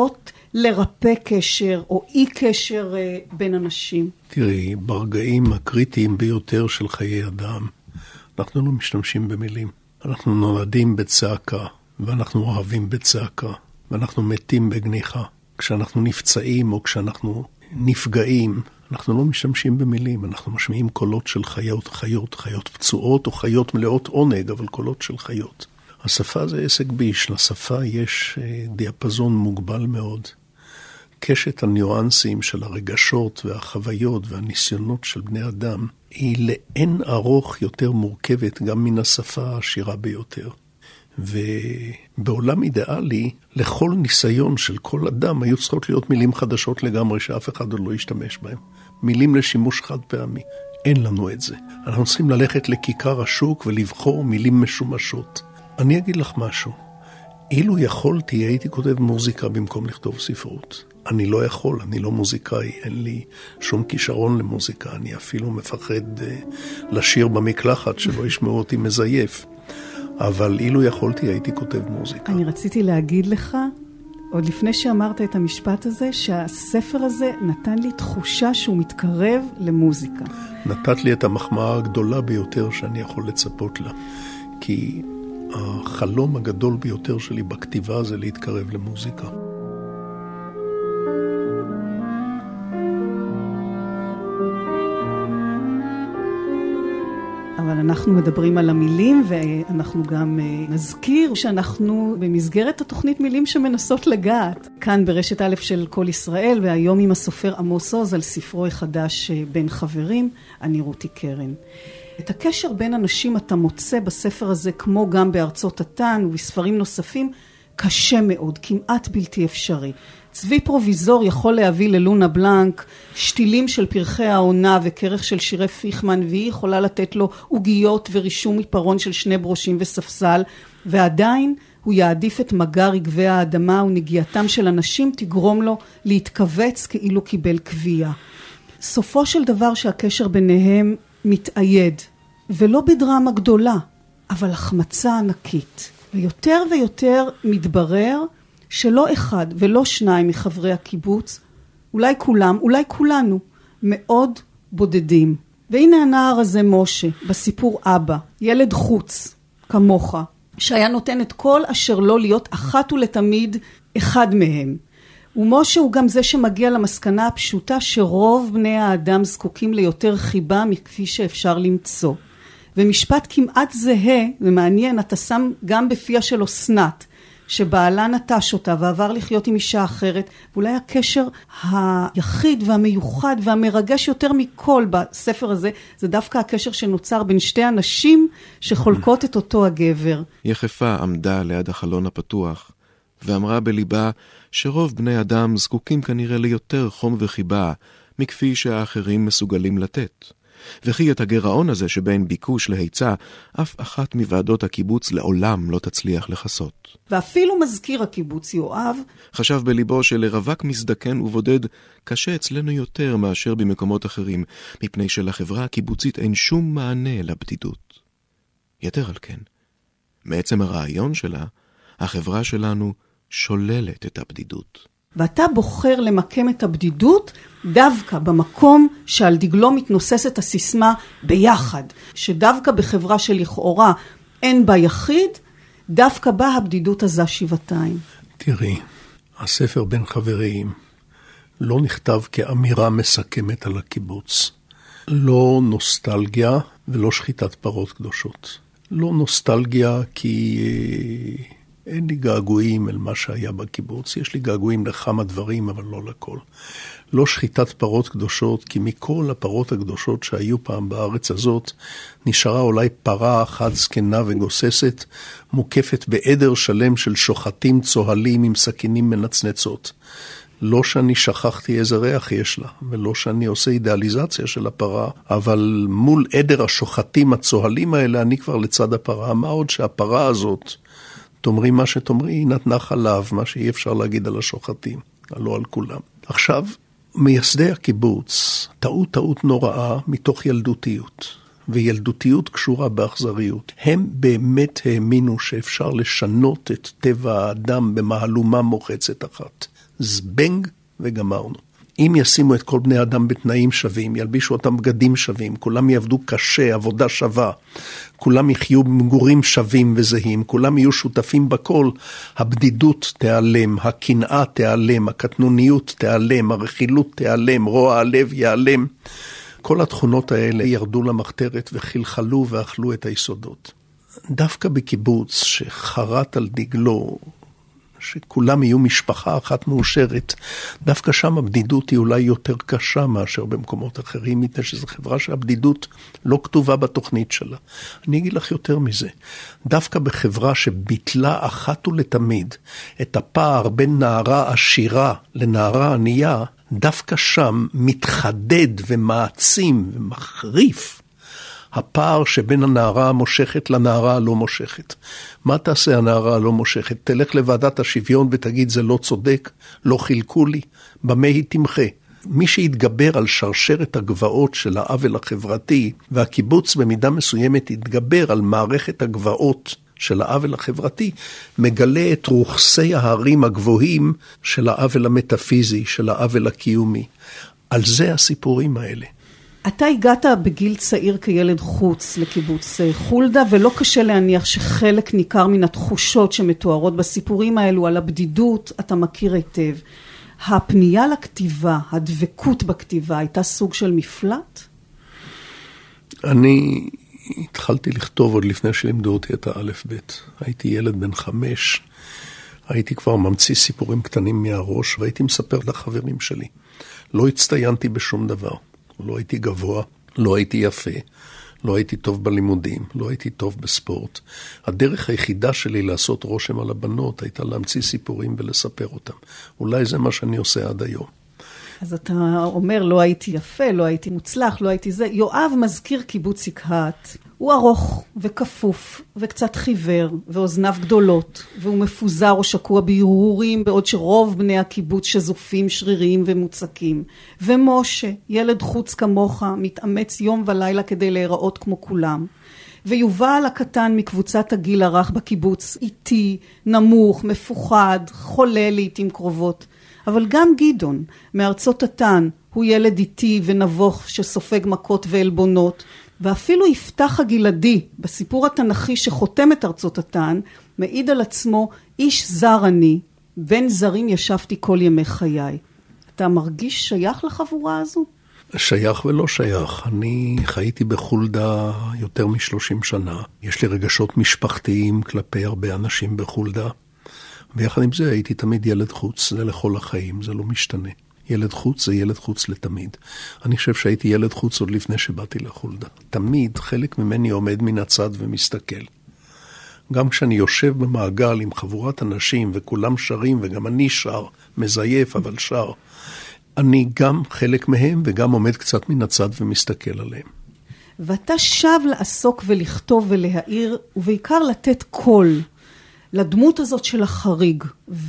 לרפא קשר או אי קשר בין אנשים? תראי, ברגעים הקריטיים ביותר של חיי אדם, אנחנו לא משתמשים במילים. אנחנו נולדים בצעקה, ואנחנו אוהבים בצעקה, ואנחנו מתים בגניחה. כשאנחנו נפצעים או כשאנחנו נפגעים, אנחנו לא משתמשים במילים, אנחנו משמיעים קולות של חיות פצועות או חיות מלאות עונג, אבל קולות של חיות. השפה זה עסק ביש, לשפה יש דיאפזון מוגבל מאוד. קשת הניואנסים של הרגשות והחוויות והניסיונות של בני אדם היא לאין ארוך יותר מורכבת גם מן השפה העשירה ביותר. ובעולם אידיאלי, לכל ניסיון של כל אדם היו צריכות להיות מילים חדשות לגמרי שאף אחד עוד לא ישתמש בהם. מילים לשימוש חד פעמי. אין לנו את זה. אנחנו צריכים ללכת לכיכר השוק ולבחור מילים משומשות. אני אגיד לך משהו. אילו יכולתי, הייתי כותב מוזיקה במקום לכתוב ספרות. אני לא יכול, אני לא מוזיקאי, אין לי שום כישרון למוזיקה. אני אפילו מפחד לשיר במקלחת שלא ישמעו אותי מזייף. אבל אילו יכולתי, הייתי כותב מוזיקה. אני רציתי להגיד לך, עוד לפני שאמרת את המשפט הזה, שהספר הזה נתן לי תחושה שהוא מתקרב למוזיקה. נתת לי את המחמאה הגדולה ביותר שאני יכול לצפות לה. כי החלום הגדול ביותר שלי בכתיבה זה להתקרב למוזיקה. אבל אנחנו מדברים על המילים, ואנחנו גם נזכיר שאנחנו במסגרת התוכנית מילים שמנסות לגעת. כאן ברשת א' של כל ישראל, והיום עם הסופר עמוס עוז על ספרו החדש בין חברים, אני רותי קרן. את הקשר בין אנשים אתה מוצא בספר הזה, כמו גם בארצות התן ובספרים נוספים, קשה מאוד, כמעט בלתי אפשרי. צבי פרוביזור יכול להביא ללונה בלנק שתילים של פרחי העונה וכרך של שירי פיכמן, והיא יכולה לתת לו עוגיות ורישום מפרון של 2 ברושים וספסל, ועדיין הוא יעדיף את מגע רגבי האדמה ונגיעתם של אנשים תגרום לו להתכווץ כאילו קיבל קביעה. סופו של דבר שהקשר ביניהם מתאייד, ולא בדרמה גדולה, אבל החמצה ענקית. ויותר ויותר מתברר שלא אחד ולא 2 מחברי הקיבוץ, אולי כולם, אולי כולנו, מאוד בודדים. והנה הנער הזה משה, בסיפור אבא, ילד חוץ, כמוך, שהיה נותן את כל אשר לא להיות אחת ולתמיד אחד מהם. ומשה הוא גם זה שמגיע למסקנה הפשוטה שרוב בני האדם זקוקים ליותר חיבה מכפי שאפשר למצוא. ומשפט כמעט זהה ומעניין אתה שם גם בפיה של אסנת, שבעלה נטש אותה ועבר לחיות עם אישה אחרת, ואולי הקשר היחיד והמיוחד והמרגש יותר מכל בספר הזה, זה דווקא הקשר שנוצר בין 2 אנשים שחולקות את אותו הגבר. יחפה עמדה ליד החלון הפתוח, ואמרה בליבה שרוב בני אדם זקוקים כנראה ליותר חום וחיבה, מכפי שהאחרים מסוגלים לתת. וכי את הגרעון הזה שבין ביקוש להיצע, אף אחת מוועדות הקיבוץ לעולם לא תצליח לחסות. ואפילו מזכיר הקיבוץ יואב חשב בליבו שלרווק מזדקן ובודד קשה אצלנו יותר מאשר במקומות אחרים, מפני שלחברה הקיבוצית אין שום מענה לבדידות. יתר על כן, מעצם הרעיון שלה, החברה שלנו שוללת את הבדידות. ואתה בוחר למקם את הבדידות דווקא במקום שעל דגלו מתנוססת הסיסמה ביחד, שדווקא בחברה שלכאורה אין בה יחיד, דווקא בה הבדידות הזה שבעתיים. תראי, הספר בין חברים לא נכתב כאמירה מסכמת על הקיבוץ. לא נוסטלגיה ולא שחיטת פרות קדושות. לא נוסטלגיה כי אין לי געגועים אל מה שהיה בקיבוץ. יש לי געגועים לכמה דברים, אבל לא לכל. לא שחיטת פרות קדושות, כי מכל הפרות הקדושות שהיו פעם בארץ הזאת, נשארה אולי פרה אחת זקנה וגוססת, מוקפת בעדר שלם של שוחטים צוהלים עם סכינים מנצנצות. לא שאני שכחתי איזה ריח יש לה, ולא שאני עושה אידיאליזציה של הפרה, אבל מול עדר השוחטים הצוהלים האלה, אני כבר לצד הפרה. מה עוד שהפרה הזאת, תאמרי מה שתאמרי, היא נתנה חלב, מה שאי אפשר להגיד על השוחטים, לא על כולם. עכשיו, מייסדי הקיבוץ, טעות נוראה מתוך ילדותיות, וילדותיות קשורה באכזריות. הם באמת האמינו שאפשר לשנות את טבע האדם במהלומה מוחצת אחת. זבנג וגמרנו. אם ישימו את כל בני אדם בתנאים שווים, ילבישו אותם בגדים שווים, כולם יעבדו קשה, עבודה שווה, כולם יחיו במגורים שווים וזהים, כולם יהיו שותפים בכל, הבדידות תיעלם, הקנאה תיעלם, הקטנוניות תיעלם, הרכילות תיעלם, רוע הלב ייעלם. כל התכונות האלה ירדו למחתרת וחלחלו ואכלו את היסודות. דווקא בקיבוץ שחרת על דגלו, שכולם יהיו משפחה אחת מאושרת, דווקא שם הבדידות היא אולי יותר קשה מאשר במקומות אחרים, מפני שזו חברה שהבדידות לא כתובה בתוכנית שלה. אני אגיד לך יותר מזה, דווקא בחברה שביטלה אחת ולתמיד את הפער בין נערה עשירה לנערה ענייה, דווקא שם מתחדד ומעצים ומחריף הפער שבין הנערה המושכת לנערה הלא מושכת. מה תעשה הנערה הלא מושכת? תלך לוועדת השוויון ותגיד זה לא צודק, לא חילקו לי, במה היא תמחה? מי שיתגבר על שרשרת הגבעות של העוול החברתי, והקיבוץ במידה מסוימת יתגבר על מערכת הגבעות של העוול החברתי, מגלה את רוחסי ההרים הגבוהים של העוול המטאפיזי, של העוול הקיומי. על זה הסיפורים האלה. אתה הגעת בגיל צעיר כילד חוץ לקיבוץ חולדה, ולא קשה להניח שחלק ניכר מן התחושות שמתוארות בסיפורים האלו על הבדידות, אתה מכיר היטב. הפנייה לכתיבה, הדבקות בכתיבה, הייתה סוג של מפלט? אני התחלתי לכתוב עוד לפני שלימדו אותי את האלף בית. הייתי ילד בן 5, הייתי כבר ממציא סיפורים קטנים מהראש, והייתי מספר לחברים שלי. לא הצטיינתי בשום דבר. לא הייתי גבוה, לא הייתי יפה, לא הייתי טוב בלימודים, לא הייתי טוב בספורט. הדרך היחידה שלי לעשות רושם על הבנות הייתה להמציא סיפורים ולספר אותם. אולי זה מה שאני עושה עד היום. אז אתה אומר, לא הייתי יפה, לא הייתי מוצלח, לא הייתי זה. יואב מזכיר קיבוץ יקהת. הוא ארוך וכפוף וקצת חיוור ואוזניו גדולות, והוא מפוזר או שקוע בהרהורים, בעוד שרוב בני הקיבוץ שזופים שריריים ומוצקים. ומשה, ילד חוץ כמוך, מתאמץ יום ולילה כדי להיראות כמו כולם. ויובל הקטן מקבוצת הגיל הרך בקיבוץ, איטי, נמוך, מפוחד, חולה לעתים קרובות. אבל גם גדעון, מארצות התן, הוא ילד איטי ונבוך שסופג מכות ואלבונות, ואפילו יפתח הגלעדי, בסיפור התנכי שחותם את ארצות התן, מעיד על עצמו, איש זר אני, בין זרים ישבתי כל ימי חיי. אתה מרגיש שייך לחבורה הזו? שייך ולא שייך. אני חייתי בחולדה יותר מ-30 שנה. יש לי רגשות משפחתיים כלפי הרבה אנשים בחולדה. ויחד עם זה הייתי תמיד ילד חוץ, זה לכל החיים, זה לא משתנה. ילד חוץ זה ילד חוץ לתמיד. אני חושב שהייתי ילד חוץ עוד לפני שבאתי לחולדה. תמיד חלק ממני עומד מן הצד ומסתכל. גם כשאני יושב במעגל עם חבורת אנשים וכולם שרים וגם אני שר, מזייף אבל שר, אני גם חלק מהם וגם עומד קצת מן הצד ומסתכל עליהם. ואתה שב לעסוק ולכתוב ולהעיר, ובעיקר לתת קול לדמות הזאת של החריג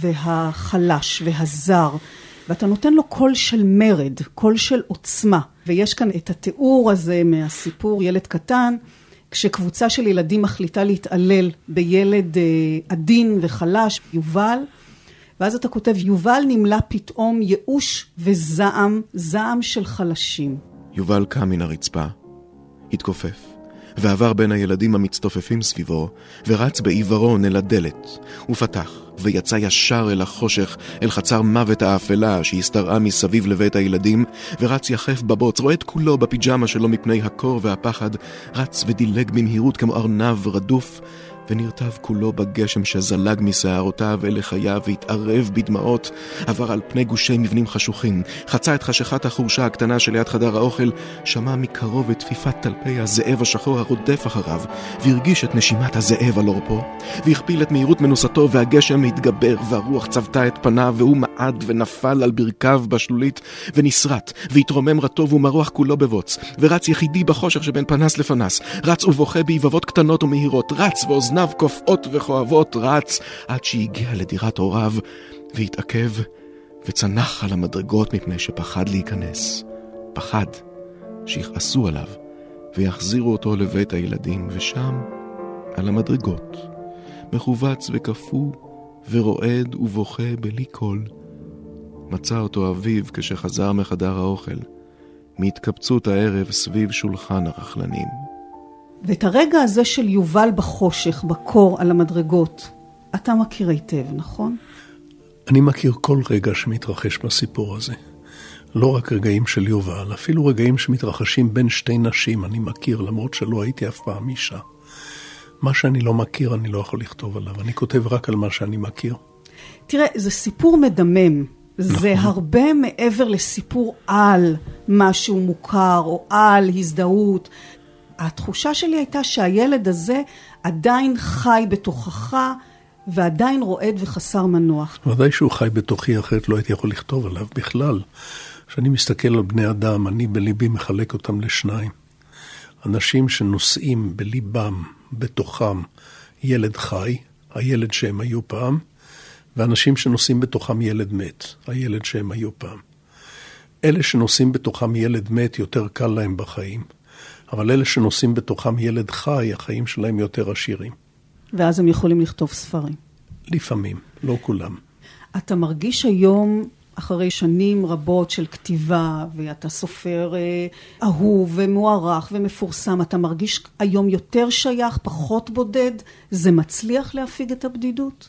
והחלש והזר, ואתה נותן לו קול של מרד, קול של עוצמה. ויש כאן את התיאור הזה מהסיפור ילד קטן, כשקבוצה של ילדים מחליטה להתעלל בילד עדין וחלש, יובל, ואז אתה כותב, יובל נמלא פתאום ייאוש וזעם, זעם של חלשים. יובל קם מן הרצפה, התכופף, ועבר בין הילדים המצטופפים סביבו, ורץ בעיוורון אל הדלת, ופתח, ויצא ישר אל החושך, אל חצר מוות האפלה שהסתרעה מסביב לבית הילדים, ורץ יחף בבוץ, רועד כולו בפיג'מה שלו מפני הקור והפחד, רץ ודילג במהירות כמו ארנב רדוף, ונרטב כולו בגשם שזלג משערותיו אל לחייו והתערב בדמעות, עבר על פני גושי מבנים חשוכים, חצה את חשכת החורשה הקטנה שליד חדר האוכל, שמע מקרוב את תפיפת תלפי הזאב השחור הרודף אחריו, והרגיש את נשימת הזאב על עורפו, והכפיל את מהירות מנוסתו, והגשם התגבר, והרוח צבתה את פניו, והוא מעד ונפל על ברכיו בשלולית, ונסרט, והתרומם רטוב ומרוח כולו בבוץ, ורץ יחידי בחושך שבין פנס לפנס, רץ ובוכה ביבבות קטנות ומהירות, רץ ואוזניו קופאות וכואבות, רץ עד שהגיע לדירת הוריו, והתעכב וצנח על המדרגות מפני שפחד להיכנס. פחד שיכעסו עליו ויחזירו אותו לבית הילדים, ושם על המדרגות מחובץ וקפוא ורועד ובוכה בלי קול, מצא אותו אביו כשחזר מחדר האוכל, מהתקבצות הערב סביב שולחן הרכלנים. ואת הרגע הזה של יובל בחושך, בקור על המדרגות, אתה מכיר היטב, נכון? אני מכיר כל רגע שמתרחש בסיפור הזה. לא רק רגעים של יובל, אפילו רגעים שמתרחשים בין שתי נשים אני מכיר, למרות שלא הייתי אף פעם אישה. מה שאני לא מכיר אני לא יכול לכתוב עליו, אני כותב רק על מה שאני מכיר. תראה, זה סיפור מדמם. נכון. זה הרבה מעבר לסיפור על משהו מוכר או על הזדהות. התחושה שלי הייתה שהילד הזה עדיין חי בתוכך ועדיין רועד וחסר מנוח. ודאי שהוא חי בתוכי, אחרת לא הייתי יכול לכתוב עליו בכלל. כשאני מסתכל על בני אדם, אני בליבי מחלק אותם לשניים. אנשים שנושאים בליבם, בתוכם, ילד חי, הילד שהם היו פעם, ואנשים שנושאים בתוכם ילד מת, הילד שהם היו פעם. אלה שנושאים בתוכם ילד מת יותר קל להם בחיים, אבל אלה שנושאים בתוכם ילד חי, החיים שלהם יותר עשירים. ואז הם יכולים לכתוב ספרים. לפעמים, לא כולם. אתה מרגיש היום, אחרי שנים רבות של כתיבה, ואתה סופר אהוב ומוערך ומפורסם, אתה מרגיש היום יותר שייך, פחות בודד? זה מצליח להפיג את הבדידות?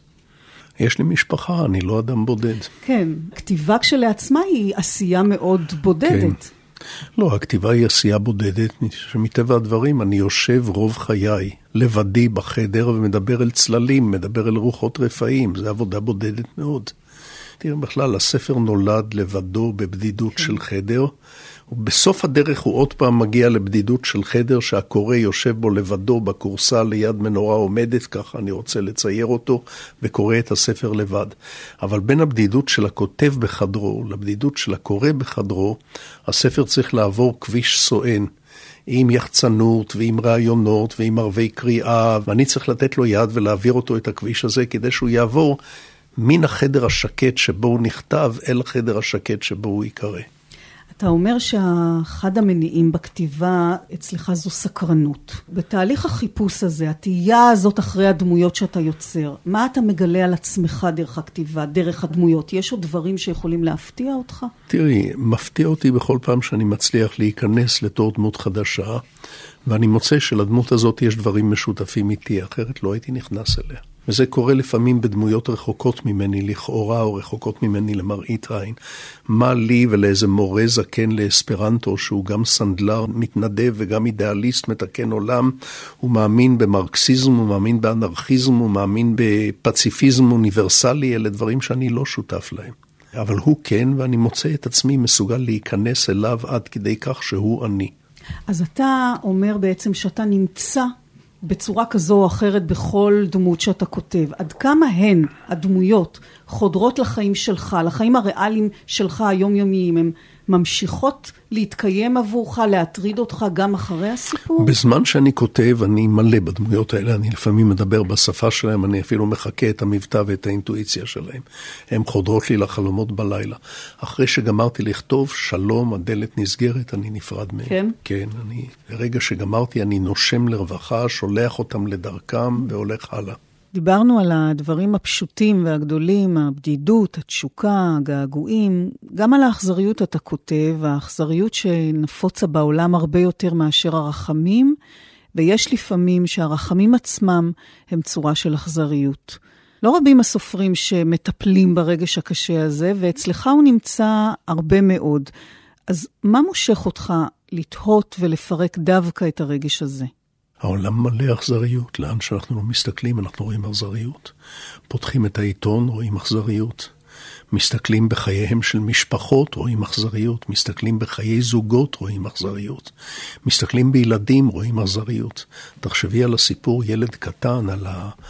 יש לי משפחה, אני לא אדם בודד. כן, כתיבה כשלעצמה היא עשייה מאוד בודדת. כן. לא, הכתיבה היא עשייה בודדת, שמטבע הדברים אני יושב רוב חיי, לבדי בחדר ומדבר אל צללים, מדבר אל רוחות רפאים, זה עבודה בודדת מאוד. תראה, בכלל, הספר נולד לבדו בבדידות של חדר, ובסוף הדרך הוא עוד פעם מגיע לבדידות של חדר שהקורא יושב בו לבדו בקורסה ליד מנורה עומדת, ככה אני רוצה לצייר אותו, וקורא את הספר לבד. אבל בין הבדידות של הכותב בחדרו לבדידות של הקורא בחדרו, הספר צריך לעבור כביש סואן, עם יחצנות ועם רעיונות ועם ערבי קריאה, ואני צריך לתת לו יד ולהעביר אותו את הכביש הזה כדי שהוא יעבור מן החדר השקט שבו הוא נכתב אל החדר השקט שבו הוא יקרא. אתה אומר שאחד המניעים בכתיבה אצלך זו סקרנות. בתהליך החיפוש הזה, התהייה הזאת אחרי הדמויות שאתה יוצר, מה אתה מגלה על עצמך דרך הכתיבה, דרך הדמויות? יש עוד דברים שיכולים להפתיע אותך? תראי, מפתיע אותי בכל פעם שאני מצליח להיכנס לתור דמות חדשה, ואני מוצא שלדמות הזאת יש דברים משותפים איתי, אחרת לא הייתי נכנס אליה. וזה קורה לפעמים בדמויות רחוקות ממני לכאורה, או רחוקות ממני למראית עין. מה לי ולאיזה מורה זקן לאספרנטו, שהוא גם סנדלר מתנדב וגם אידיאליסט מתקן עולם, הוא מאמין במרקסיזם, הוא מאמין באנרכיזם, הוא מאמין בפציפיזם אוניברסלי, אלה דברים שאני לא שותף להם. אבל הוא כן, ואני מוצא את עצמי מסוגל להיכנס אליו עד כדי כך שהוא אני. אז אתה אומר בעצם שאתה נמצא בצורה כזו או אחרת בכל דמות שאתה כותב. עד כמה הן, הדמויות, חודרות לחיים שלך, לחיים הריאליים שלך היומיומיים, הן ממשיכות להתקיים עבורך, להטריד אותך גם אחרי הסיפור? בזמן שאני כותב, אני מלא בדמויות האלה, אני לפעמים מדבר בשפה שלהם, אני אפילו מחכה את המבטא ואת האינטואיציה שלהם. הן חודרות לי לחלומות בלילה. אחרי שגמרתי לכתוב, שלום, הדלת נסגרת, אני נפרד מהם. כן? כן, ברגע שגמרתי, אני נושם לרווחה, שולח אותם לדרכם והולך הלאה. דיברנו על הדברים הפשוטים והגדולים, הבדידות, התשוקה, הגעגועים. גם על האכזריות אתה כותב, האכזריות שנפוצה בעולם הרבה יותר מאשר הרחמים, ויש לפעמים שהרחמים עצמם הם צורה של אכזריות. לא רבים הסופרים שמטפלים ברגש הקשה הזה, ואצלך הוא נמצא הרבה מאוד. אז מה מושך אותך לתהות ולפרק דווקא את הרגש הזה? העולם מלא אכזריות, לאן שאנחנו לא מסתכלים אנחנו רואים אכזריות. פותחים את העיתון, רואים אכזריות. מסתכלים בחייהם של משפחות, רואים אכזריות. מסתכלים בחיי זוגות, רואים אכזריות. מסתכלים בילדים, רואים אכזריות. תחשבי על הסיפור ילד קטן, על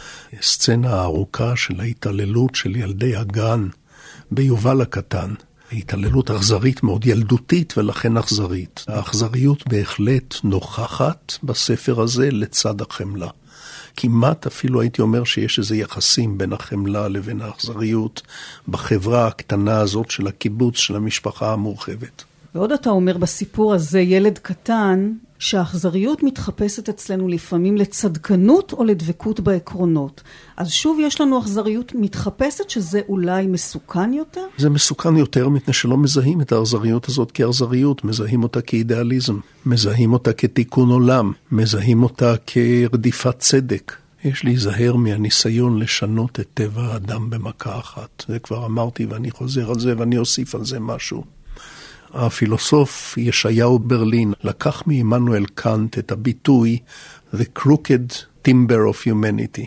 הסצנה הארוכה של ההתעללות של ילדי הגן ביובל הקטן. התעללות אכזרית מאוד ילדותית ולכן אכזרית. האכזריות בהחלט נוכחת בספר הזה לצד החמלה. כמעט אפילו הייתי אומר שיש איזה יחסים בין החמלה לבין האכזריות בחברה הקטנה הזאת של הקיבוץ, של המשפחה המורחבת. ועוד אתה אומר בסיפור הזה ילד קטן שהאכזריות מתחפשת אצלנו לפעמים לצדקנות או לדבקות בעקרונות. אז שוב יש לנו אכזריות מתחפשת שזה אולי מסוכן יותר? זה מסוכן יותר מפני שלא מזהים את האכזריות הזאת כאכזריות, מזהים אותה כאידיאליזם, מזהים אותה כתיקון עולם, מזהים אותה כרדיפת צדק. יש להיזהר מהניסיון לשנות את טבע האדם במכה אחת. זה כבר אמרתי ואני חוזר על זה ואני אוסיף על זה משהו. הפילוסוף ישעיהו ברלין לקח מעמנואל קאנט את הביטוי The Crooked Timber of Humanity.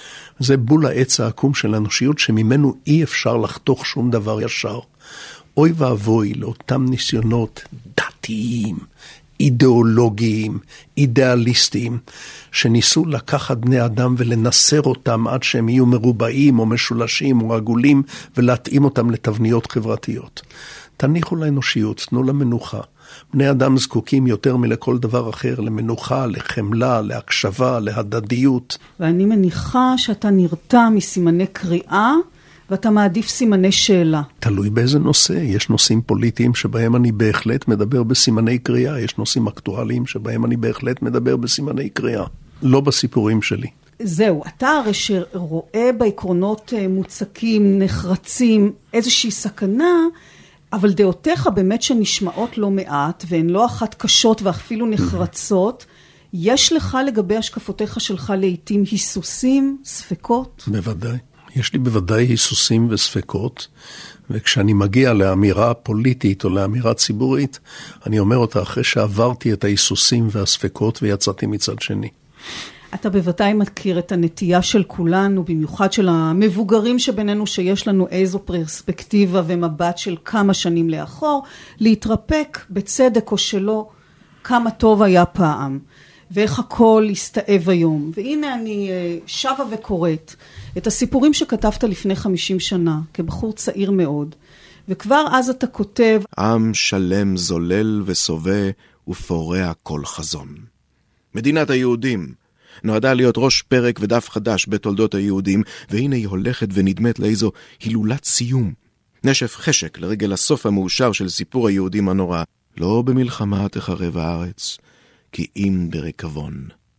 זה בול העץ העקום של האנושיות שממנו אי אפשר לחתוך שום דבר ישר. אוי ואבוי לאותם ניסיונות דתיים, אידיאולוגיים, אידיאליסטיים, שניסו לקחת בני אדם ולנסר אותם עד שהם יהיו מרובעים או משולשים או עגולים ולהתאים אותם לתבניות חברתיות. תניחו לאנושיות, תנו לה מנוחה. בני אדם זקוקים יותר מלכל דבר אחר, למנוחה, לחמלה, להקשבה, להדדיות. ואני מניחה שאתה נרתע מסימני קריאה, ואתה מעדיף סימני שאלה. תלוי באיזה נושא. יש נושאים פוליטיים שבהם אני בהחלט מדבר בסימני קריאה, יש נושאים אקטואליים שבהם אני בהחלט מדבר בסימני קריאה. לא בסיפורים שלי. זהו, אתה הרי שרואה בעקרונות מוצקים, נחרצים, איזושהי סכנה, אבל דעותיך באמת שנשמעות לא מעט, והן לא אחת קשות ואפילו נחרצות, יש לך לגבי השקפותיך שלך לעתים היסוסים, ספקות? בוודאי. יש לי בוודאי היסוסים וספקות, וכשאני מגיע לאמירה פוליטית או לאמירה ציבורית, אני אומר אותה אחרי שעברתי את ההיסוסים והספקות ויצאתי מצד שני. אתה בוודאי מכיר את הנטייה של כולנו, במיוחד של המבוגרים שבינינו, שיש לנו איזו פרספקטיבה ומבט של כמה שנים לאחור, להתרפק בצדק או שלא כמה טוב היה פעם, ואיך הכל הסתאב היום. והנה אני שווה וקוראת את הסיפורים שכתבת לפני 50 שנה, כבחור צעיר מאוד, וכבר אז אתה כותב, עם שלם זולל וסובא ופורע כל חזון. מדינת היהודים נועדה להיות ראש פרק ודף חדש בתולדות היהודים, והנה היא הולכת ונדמת לאיזו הילולת סיום. נשף חשק לרגל הסוף המאושר של סיפור היהודים הנורא. לא במלחמה תחרב הארץ, כי אם ברקבון.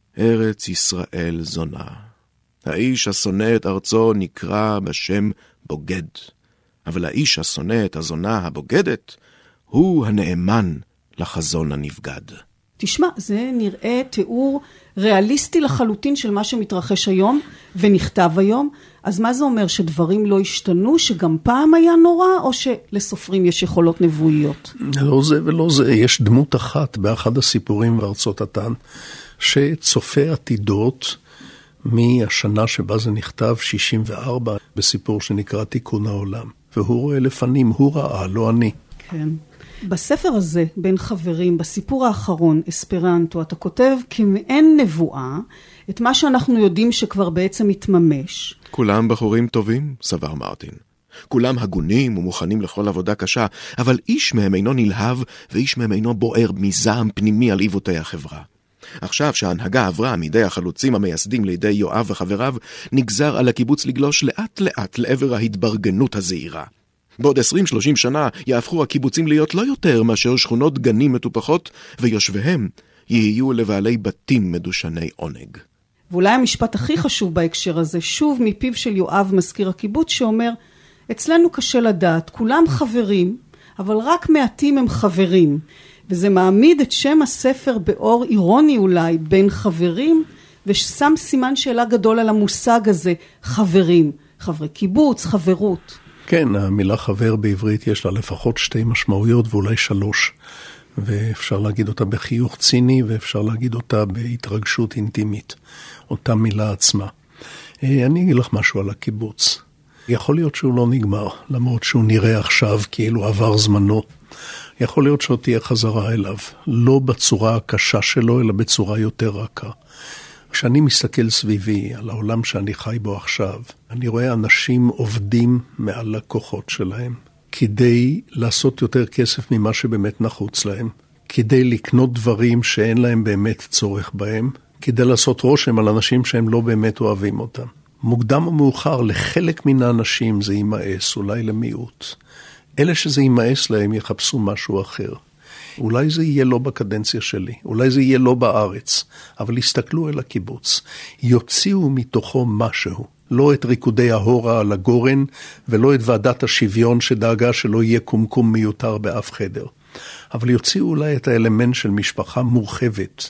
ארץ ישראל זונה. האיש השונא את ארצו נקרא בשם בוגד. אבל האיש השונא את הזונה הבוגדת, הוא הנאמן לחזון הנבגד. תשמע, זה נראה תיאור ריאליסטי לחלוטין של מה שמתרחש היום ונכתב היום. אז מה זה אומר? שדברים לא השתנו, שגם פעם היה נורא, או שלסופרים יש יכולות נבואיות? לא זה ולא זה. יש דמות אחת באחד הסיפורים בארצות התן, שצופה עתידות מהשנה שבה זה נכתב, 64, בסיפור שנקרא תיקון העולם. והוא רואה לפנים, הוא ראה, לא אני. כן. בספר הזה, בין חברים, בסיפור האחרון, אספרנטו, אתה כותב כמעין נבואה, את מה שאנחנו יודעים שכבר בעצם מתממש. כולם בחורים טובים, סבר מרטין. כולם הגונים ומוכנים לכל עבודה קשה, אבל איש מהם אינו נלהב, ואיש מהם אינו בוער מזעם פנימי על עיוותי החברה. עכשיו שההנהגה עברה מידי החלוצים המייסדים לידי יואב וחבריו, נגזר על הקיבוץ לגלוש לאט לאט לעבר ההתברגנות הזהירה. בעוד 20-30 שנה יהפכו הקיבוצים להיות לא יותר מאשר שכונות גנים מטופחות, ויושביהם יהיו לבעלי בתים מדושני עונג. ואולי המשפט הכי חשוב בהקשר הזה, שוב מפיו של יואב מזכיר הקיבוץ, שאומר, אצלנו קשה לדעת, כולם חברים, אבל רק מעטים הם חברים. וזה מעמיד את שם הספר באור אירוני אולי, בין חברים, ושם סימן שאלה גדול על המושג הזה, חברים, חברי קיבוץ, חברות. כן, המילה חבר בעברית יש לה לפחות 2 משמעויות ואולי 3, ואפשר להגיד אותה בחיוך ציני ואפשר להגיד אותה בהתרגשות אינטימית, אותה מילה עצמה. אני אגיד לך משהו על הקיבוץ. יכול להיות שהוא לא נגמר, למרות שהוא נראה עכשיו כאילו עבר זמנו. יכול להיות שעוד תהיה חזרה אליו, לא בצורה הקשה שלו, אלא בצורה יותר רכה. כשאני מסתכל סביבי על העולם שאני חי בו עכשיו, אני רואה אנשים עובדים מעל הכוחות שלהם, כדי לעשות יותר כסף ממה שבאמת נחוץ להם, כדי לקנות דברים שאין להם באמת צורך בהם, כדי לעשות רושם על אנשים שהם לא באמת אוהבים אותם. מוקדם או מאוחר, לחלק מן האנשים זה יימאס, אולי למיעוט. אלה שזה יימאס להם יחפשו משהו אחר. אולי זה יהיה לא בקדנציה שלי, אולי זה יהיה לא בארץ, אבל הסתכלו אל הקיבוץ, יוציאו מתוכו משהו, לא את ריקודי ההורה על הגורן, ולא את ועדת השוויון שדאגה שלא יהיה קומקום מיותר באף חדר, אבל יוציאו אולי את האלמנט של משפחה מורחבת,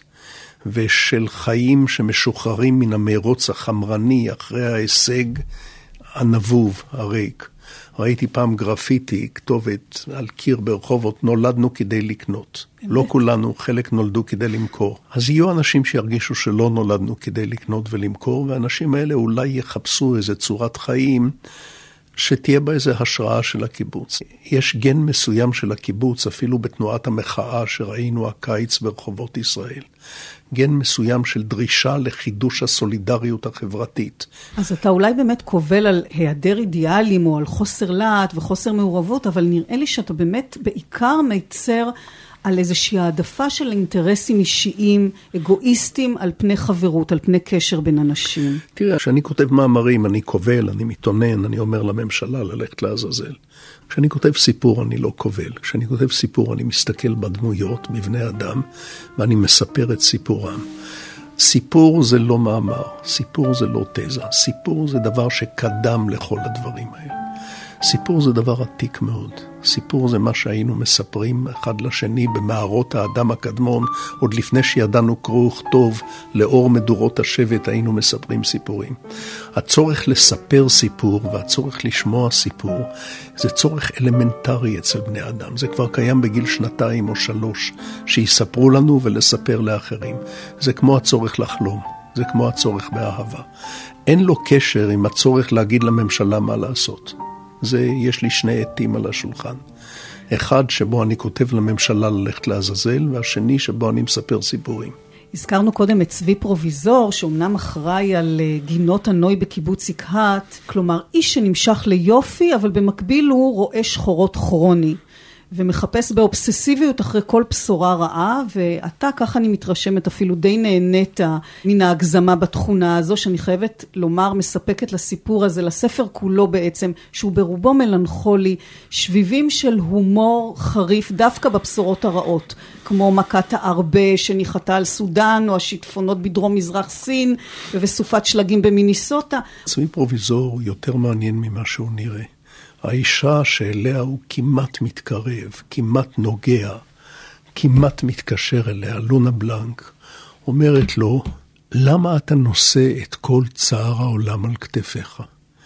ושל חיים שמשוחררים מן המרוץ החמרני אחרי ההישג הנבוב, הריק. ראיתי פעם גרפיטי, כתובת על קיר ברחובות, נולדנו כדי לקנות. לא כולנו, חלק נולדו כדי למכור. אז יהיו אנשים שירגישו שלא נולדנו כדי לקנות ולמכור, והאנשים האלה אולי יחפשו איזו צורת חיים שתהיה בה איזו השראה של הקיבוץ. יש גן מסוים של הקיבוץ, אפילו בתנועת המחאה שראינו הקיץ ברחובות ישראל. גן מסוים של דרישה לחידוש הסולידריות החברתית. אז אתה אולי באמת קובל על היעדר אידיאלים או על חוסר לעט וחוסר מעורבות, אבל נראה לי שאתה באמת בעיקר מייצר על איזושהי העדפה של אינטרסים אישיים, אגואיסטים, על פני חברות, על פני קשר בין אנשים. תראה, כשאני כותב מאמרים, אני קובל, אני מתעונן, אני אומר לממשלה ללכת לעזאזל. כשאני כותב סיפור, אני לא קובל. כשאני כותב סיפור, אני מסתכל בדמויות, בבני אדם, ואני מספר את סיפורם. סיפור זה לא מאמר, סיפור זה לא תזה, סיפור זה דבר שקדם לכל הדברים האלה. סיפור זה דבר עתיק מאוד. סיפור זה מה שהיינו מספרים אחד לשני במערות האדם הקדמון, עוד לפני שידענו קרוא וכתוב, לאור מדורות השבט היינו מספרים סיפורים. הצורך לספר סיפור והצורך לשמוע סיפור, זה צורך אלמנטרי אצל בני אדם. זה כבר קיים בגיל 2 או 3, שיספרו לנו ולספר לאחרים. זה כמו הצורך לחלום, זה כמו הצורך באהבה. אין לו קשר עם הצורך להגיד לממשלה מה לעשות. יש לי שני עתים על השולחן. אחד שבו אני כותב לממשלה ללכת לעזאזל, והשני שבו אני מספר סיפורים. הזכרנו קודם את צבי פרוביזור, שאומנם אחראי על גינות הנוי בקיבוץ יקהת, כלומר איש שנמשך ליופי, אבל במקביל הוא רואה שחורות כרוני, ומחפש באובססיביות אחרי כל בשורה רעה, ואתה, ככה אני מתרשמת, אפילו די נהנית מן ההגזמה בתכונה הזו, שאני חייבת לומר, מספקת לסיפור הזה, לספר כולו בעצם, שהוא ברובו מלנכולי, שביבים של הומור חריף, דווקא בבשורות הרעות, כמו מכת הארבה שניחתה על סודן, או השיטפונות בדרום מזרח סין, ובסופת שלגים במיניסוטה. צבי פרוביזור יותר מעניין ממה שהוא נראה. האישה שאליה הוא כמעט מתקרב, כמעט נוגע, כמעט מתקשר אליה, לונה בלנק, אומרת לו, למה אתה נושא את כל צער העולם על כתפיך?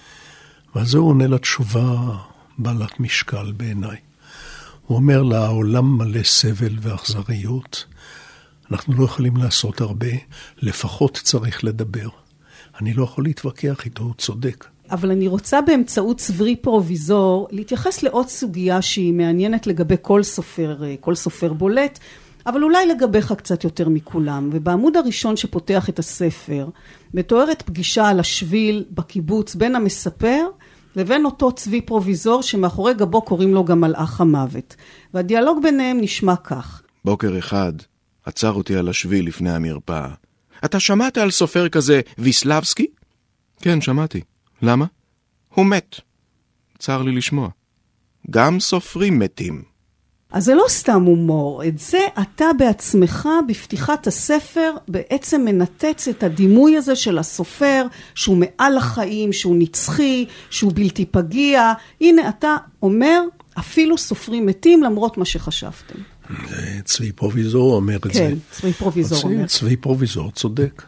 ואז הוא עונה לה תשובה בעלת משקל בעיניי. הוא אומר לה, העולם מלא סבל ואכזריות, אנחנו לא יכולים לעשות הרבה, לפחות צריך לדבר. אני לא יכול להתווכח איתו, הוא צודק. אבל אני רוצה באמצעות צבי פרוביזור להתייחס לעוד סוגיה שהיא מעניינת לגבי כל סופר בולט, אבל אולי לגביך קצת יותר מכולם. ובעמוד הראשון שפותח את הספר, מתוארת פגישה על השביל בקיבוץ בין המספר לבין אותו צבי פרוביזור שמאחורי גבו קוראים לו גם מלאך המוות. והדיאלוג ביניהם נשמע כך. בוקר אחד עצר אותי על השביל לפני המרפאה. אתה שמעת על סופר כזה ויסלבסקי? כן, שמעתי. למה? הוא מת. צר לי לשמוע. גם סופרים מתים. אז זה לא סתם הומור. את זה אתה בעצמך בפתיחת הספר בעצם מנתץ את הדימוי הזה של הסופר, שהוא מעל החיים, שהוא נצחי, שהוא בלתי פגיע. הנה אתה אומר, אפילו סופרים מתים למרות מה שחשבתם. צבי פרוביזור אומר את זה. כן, צבי פרוביזור אומר. צבי פרוביזור צודק.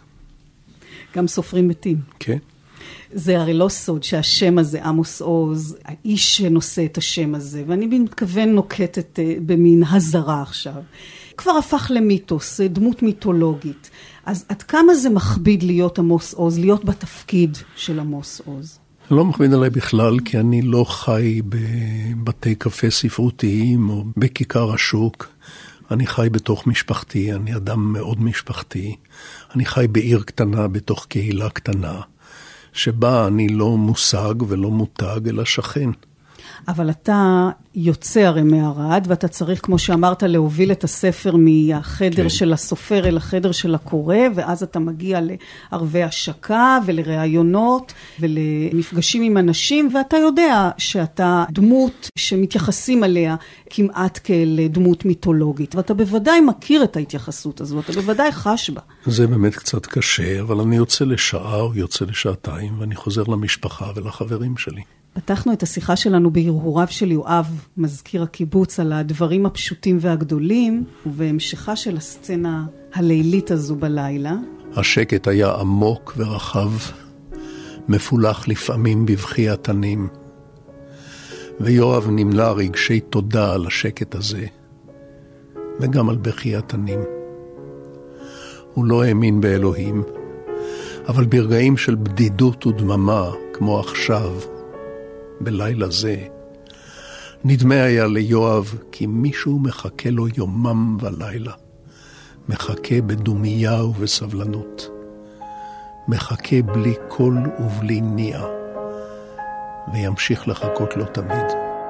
גם סופרים מתים. כן. זה הרי לא סוד שהשם הזה, עמוס עוז, האיש שנושא את השם הזה, ואני מתכוון נוקטת במין הזרה עכשיו, כבר הפך למיתוס, דמות מיתולוגית. אז עד כמה זה מכביד להיות עמוס עוז, להיות בתפקיד של עמוס עוז? זה לא מכביד עליי בכלל, כי אני לא חי בבתי קפה ספרותיים או בכיכר השוק. אני חי בתוך משפחתי, אני אדם מאוד משפחתי. אני חי בעיר קטנה בתוך קהילה קטנה. שבה אני לא מושג ולא מותג, אלא שכן. אבל אתה יוצא הרי מערד, ואתה צריך, כמו שאמרת, להוביל את הספר מהחדר של הסופר אל החדר של הקורא, ואז אתה מגיע לערבי השקה ולראיונות ולמפגשים עם אנשים, ואתה יודע שאתה דמות שמתייחסים עליה כמעט כאל דמות מיתולוגית, ואתה בוודאי מכיר את ההתייחסות הזו, אתה בוודאי חש בה. זה באמת קצת קשה, אבל אני יוצא לשעה או יוצא לשעתיים, ואני חוזר למשפחה ולחברים שלי. פתחנו את השיחה שלנו בהרהוריו של יואב, מזכיר הקיבוץ, על הדברים הפשוטים והגדולים, ובהמשכה של הסצנה הלילית הזו בלילה. השקט היה עמוק ורחב, מפולח לפעמים בבכי התנים, ויואב נמלא רגשי תודה על השקט הזה, וגם על בכי התנים. הוא לא האמין באלוהים, אבל ברגעים של בדידות ודממה, כמו עכשיו, בלילה זה, נדמה היה ליואב כי מישהו מחכה לו יומם ולילה, מחכה בדומיה ובסבלנות, מחכה בלי קול ובלי ניע, וימשיך לחכות לו תמיד.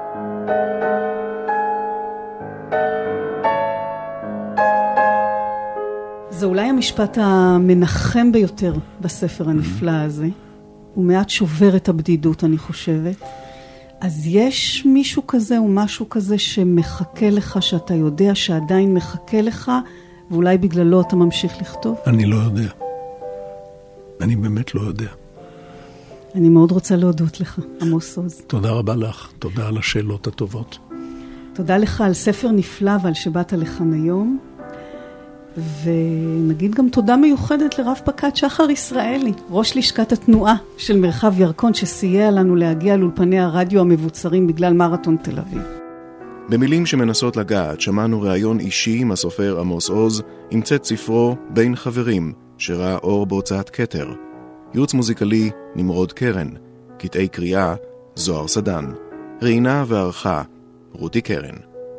זה אולי המשפט המנחם ביותר בספר הנפלא הזה. הוא מעט שובר את הבדידות, אני חושבת. אז יש מישהו כזה או משהו כזה שמחכה לך, שאתה יודע שעדיין מחכה לך, ואולי בגללו אתה ממשיך לכתוב? אני לא יודע. אני באמת לא יודע. אני מאוד רוצה להודות לך, עמוס עוז. תודה רבה לך. תודה על השאלות הטובות. תודה לך על ספר נפלא ועל שבאת לכאן היום. ונגיד גם תודה מיוחדת לרב פקד שחר ישראלי, ראש לשכת התנועה של מרחב ירקון, שסייע לנו להגיע לאולפני הרדיו המבוצרים בגלל מרתון תל אביב. במילים שמנסות לגעת, שמענו ראיון אישי עם הסופר עמוס עוז, עם צאת ספרו בין חברים, שראה אור בהוצאת כתר. ייעוץ מוזיקלי נמרוד קרן, קטעי קריאה זוהר סדן, ראינה וערכה רותי קרן.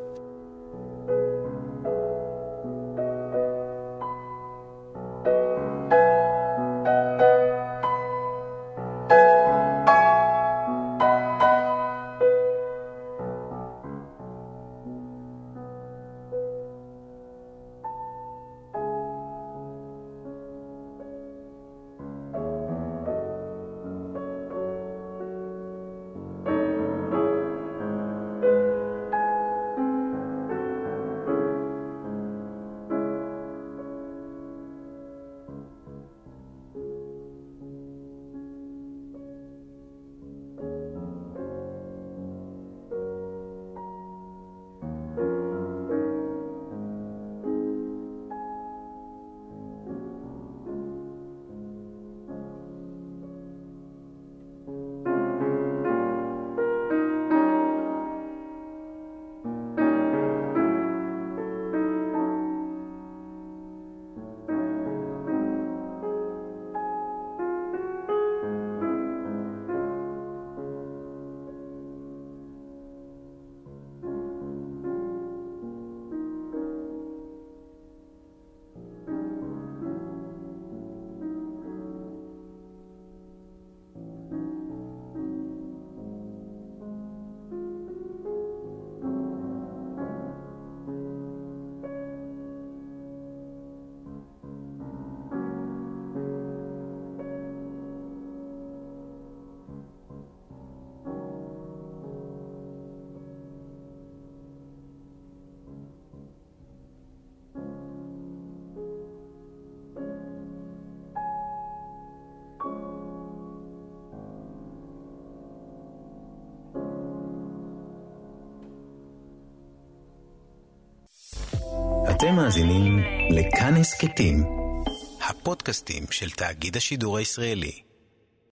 אתם מאזינים לכאן הסכתים, הפודקאסטים של תאגיד השידור הישראלי.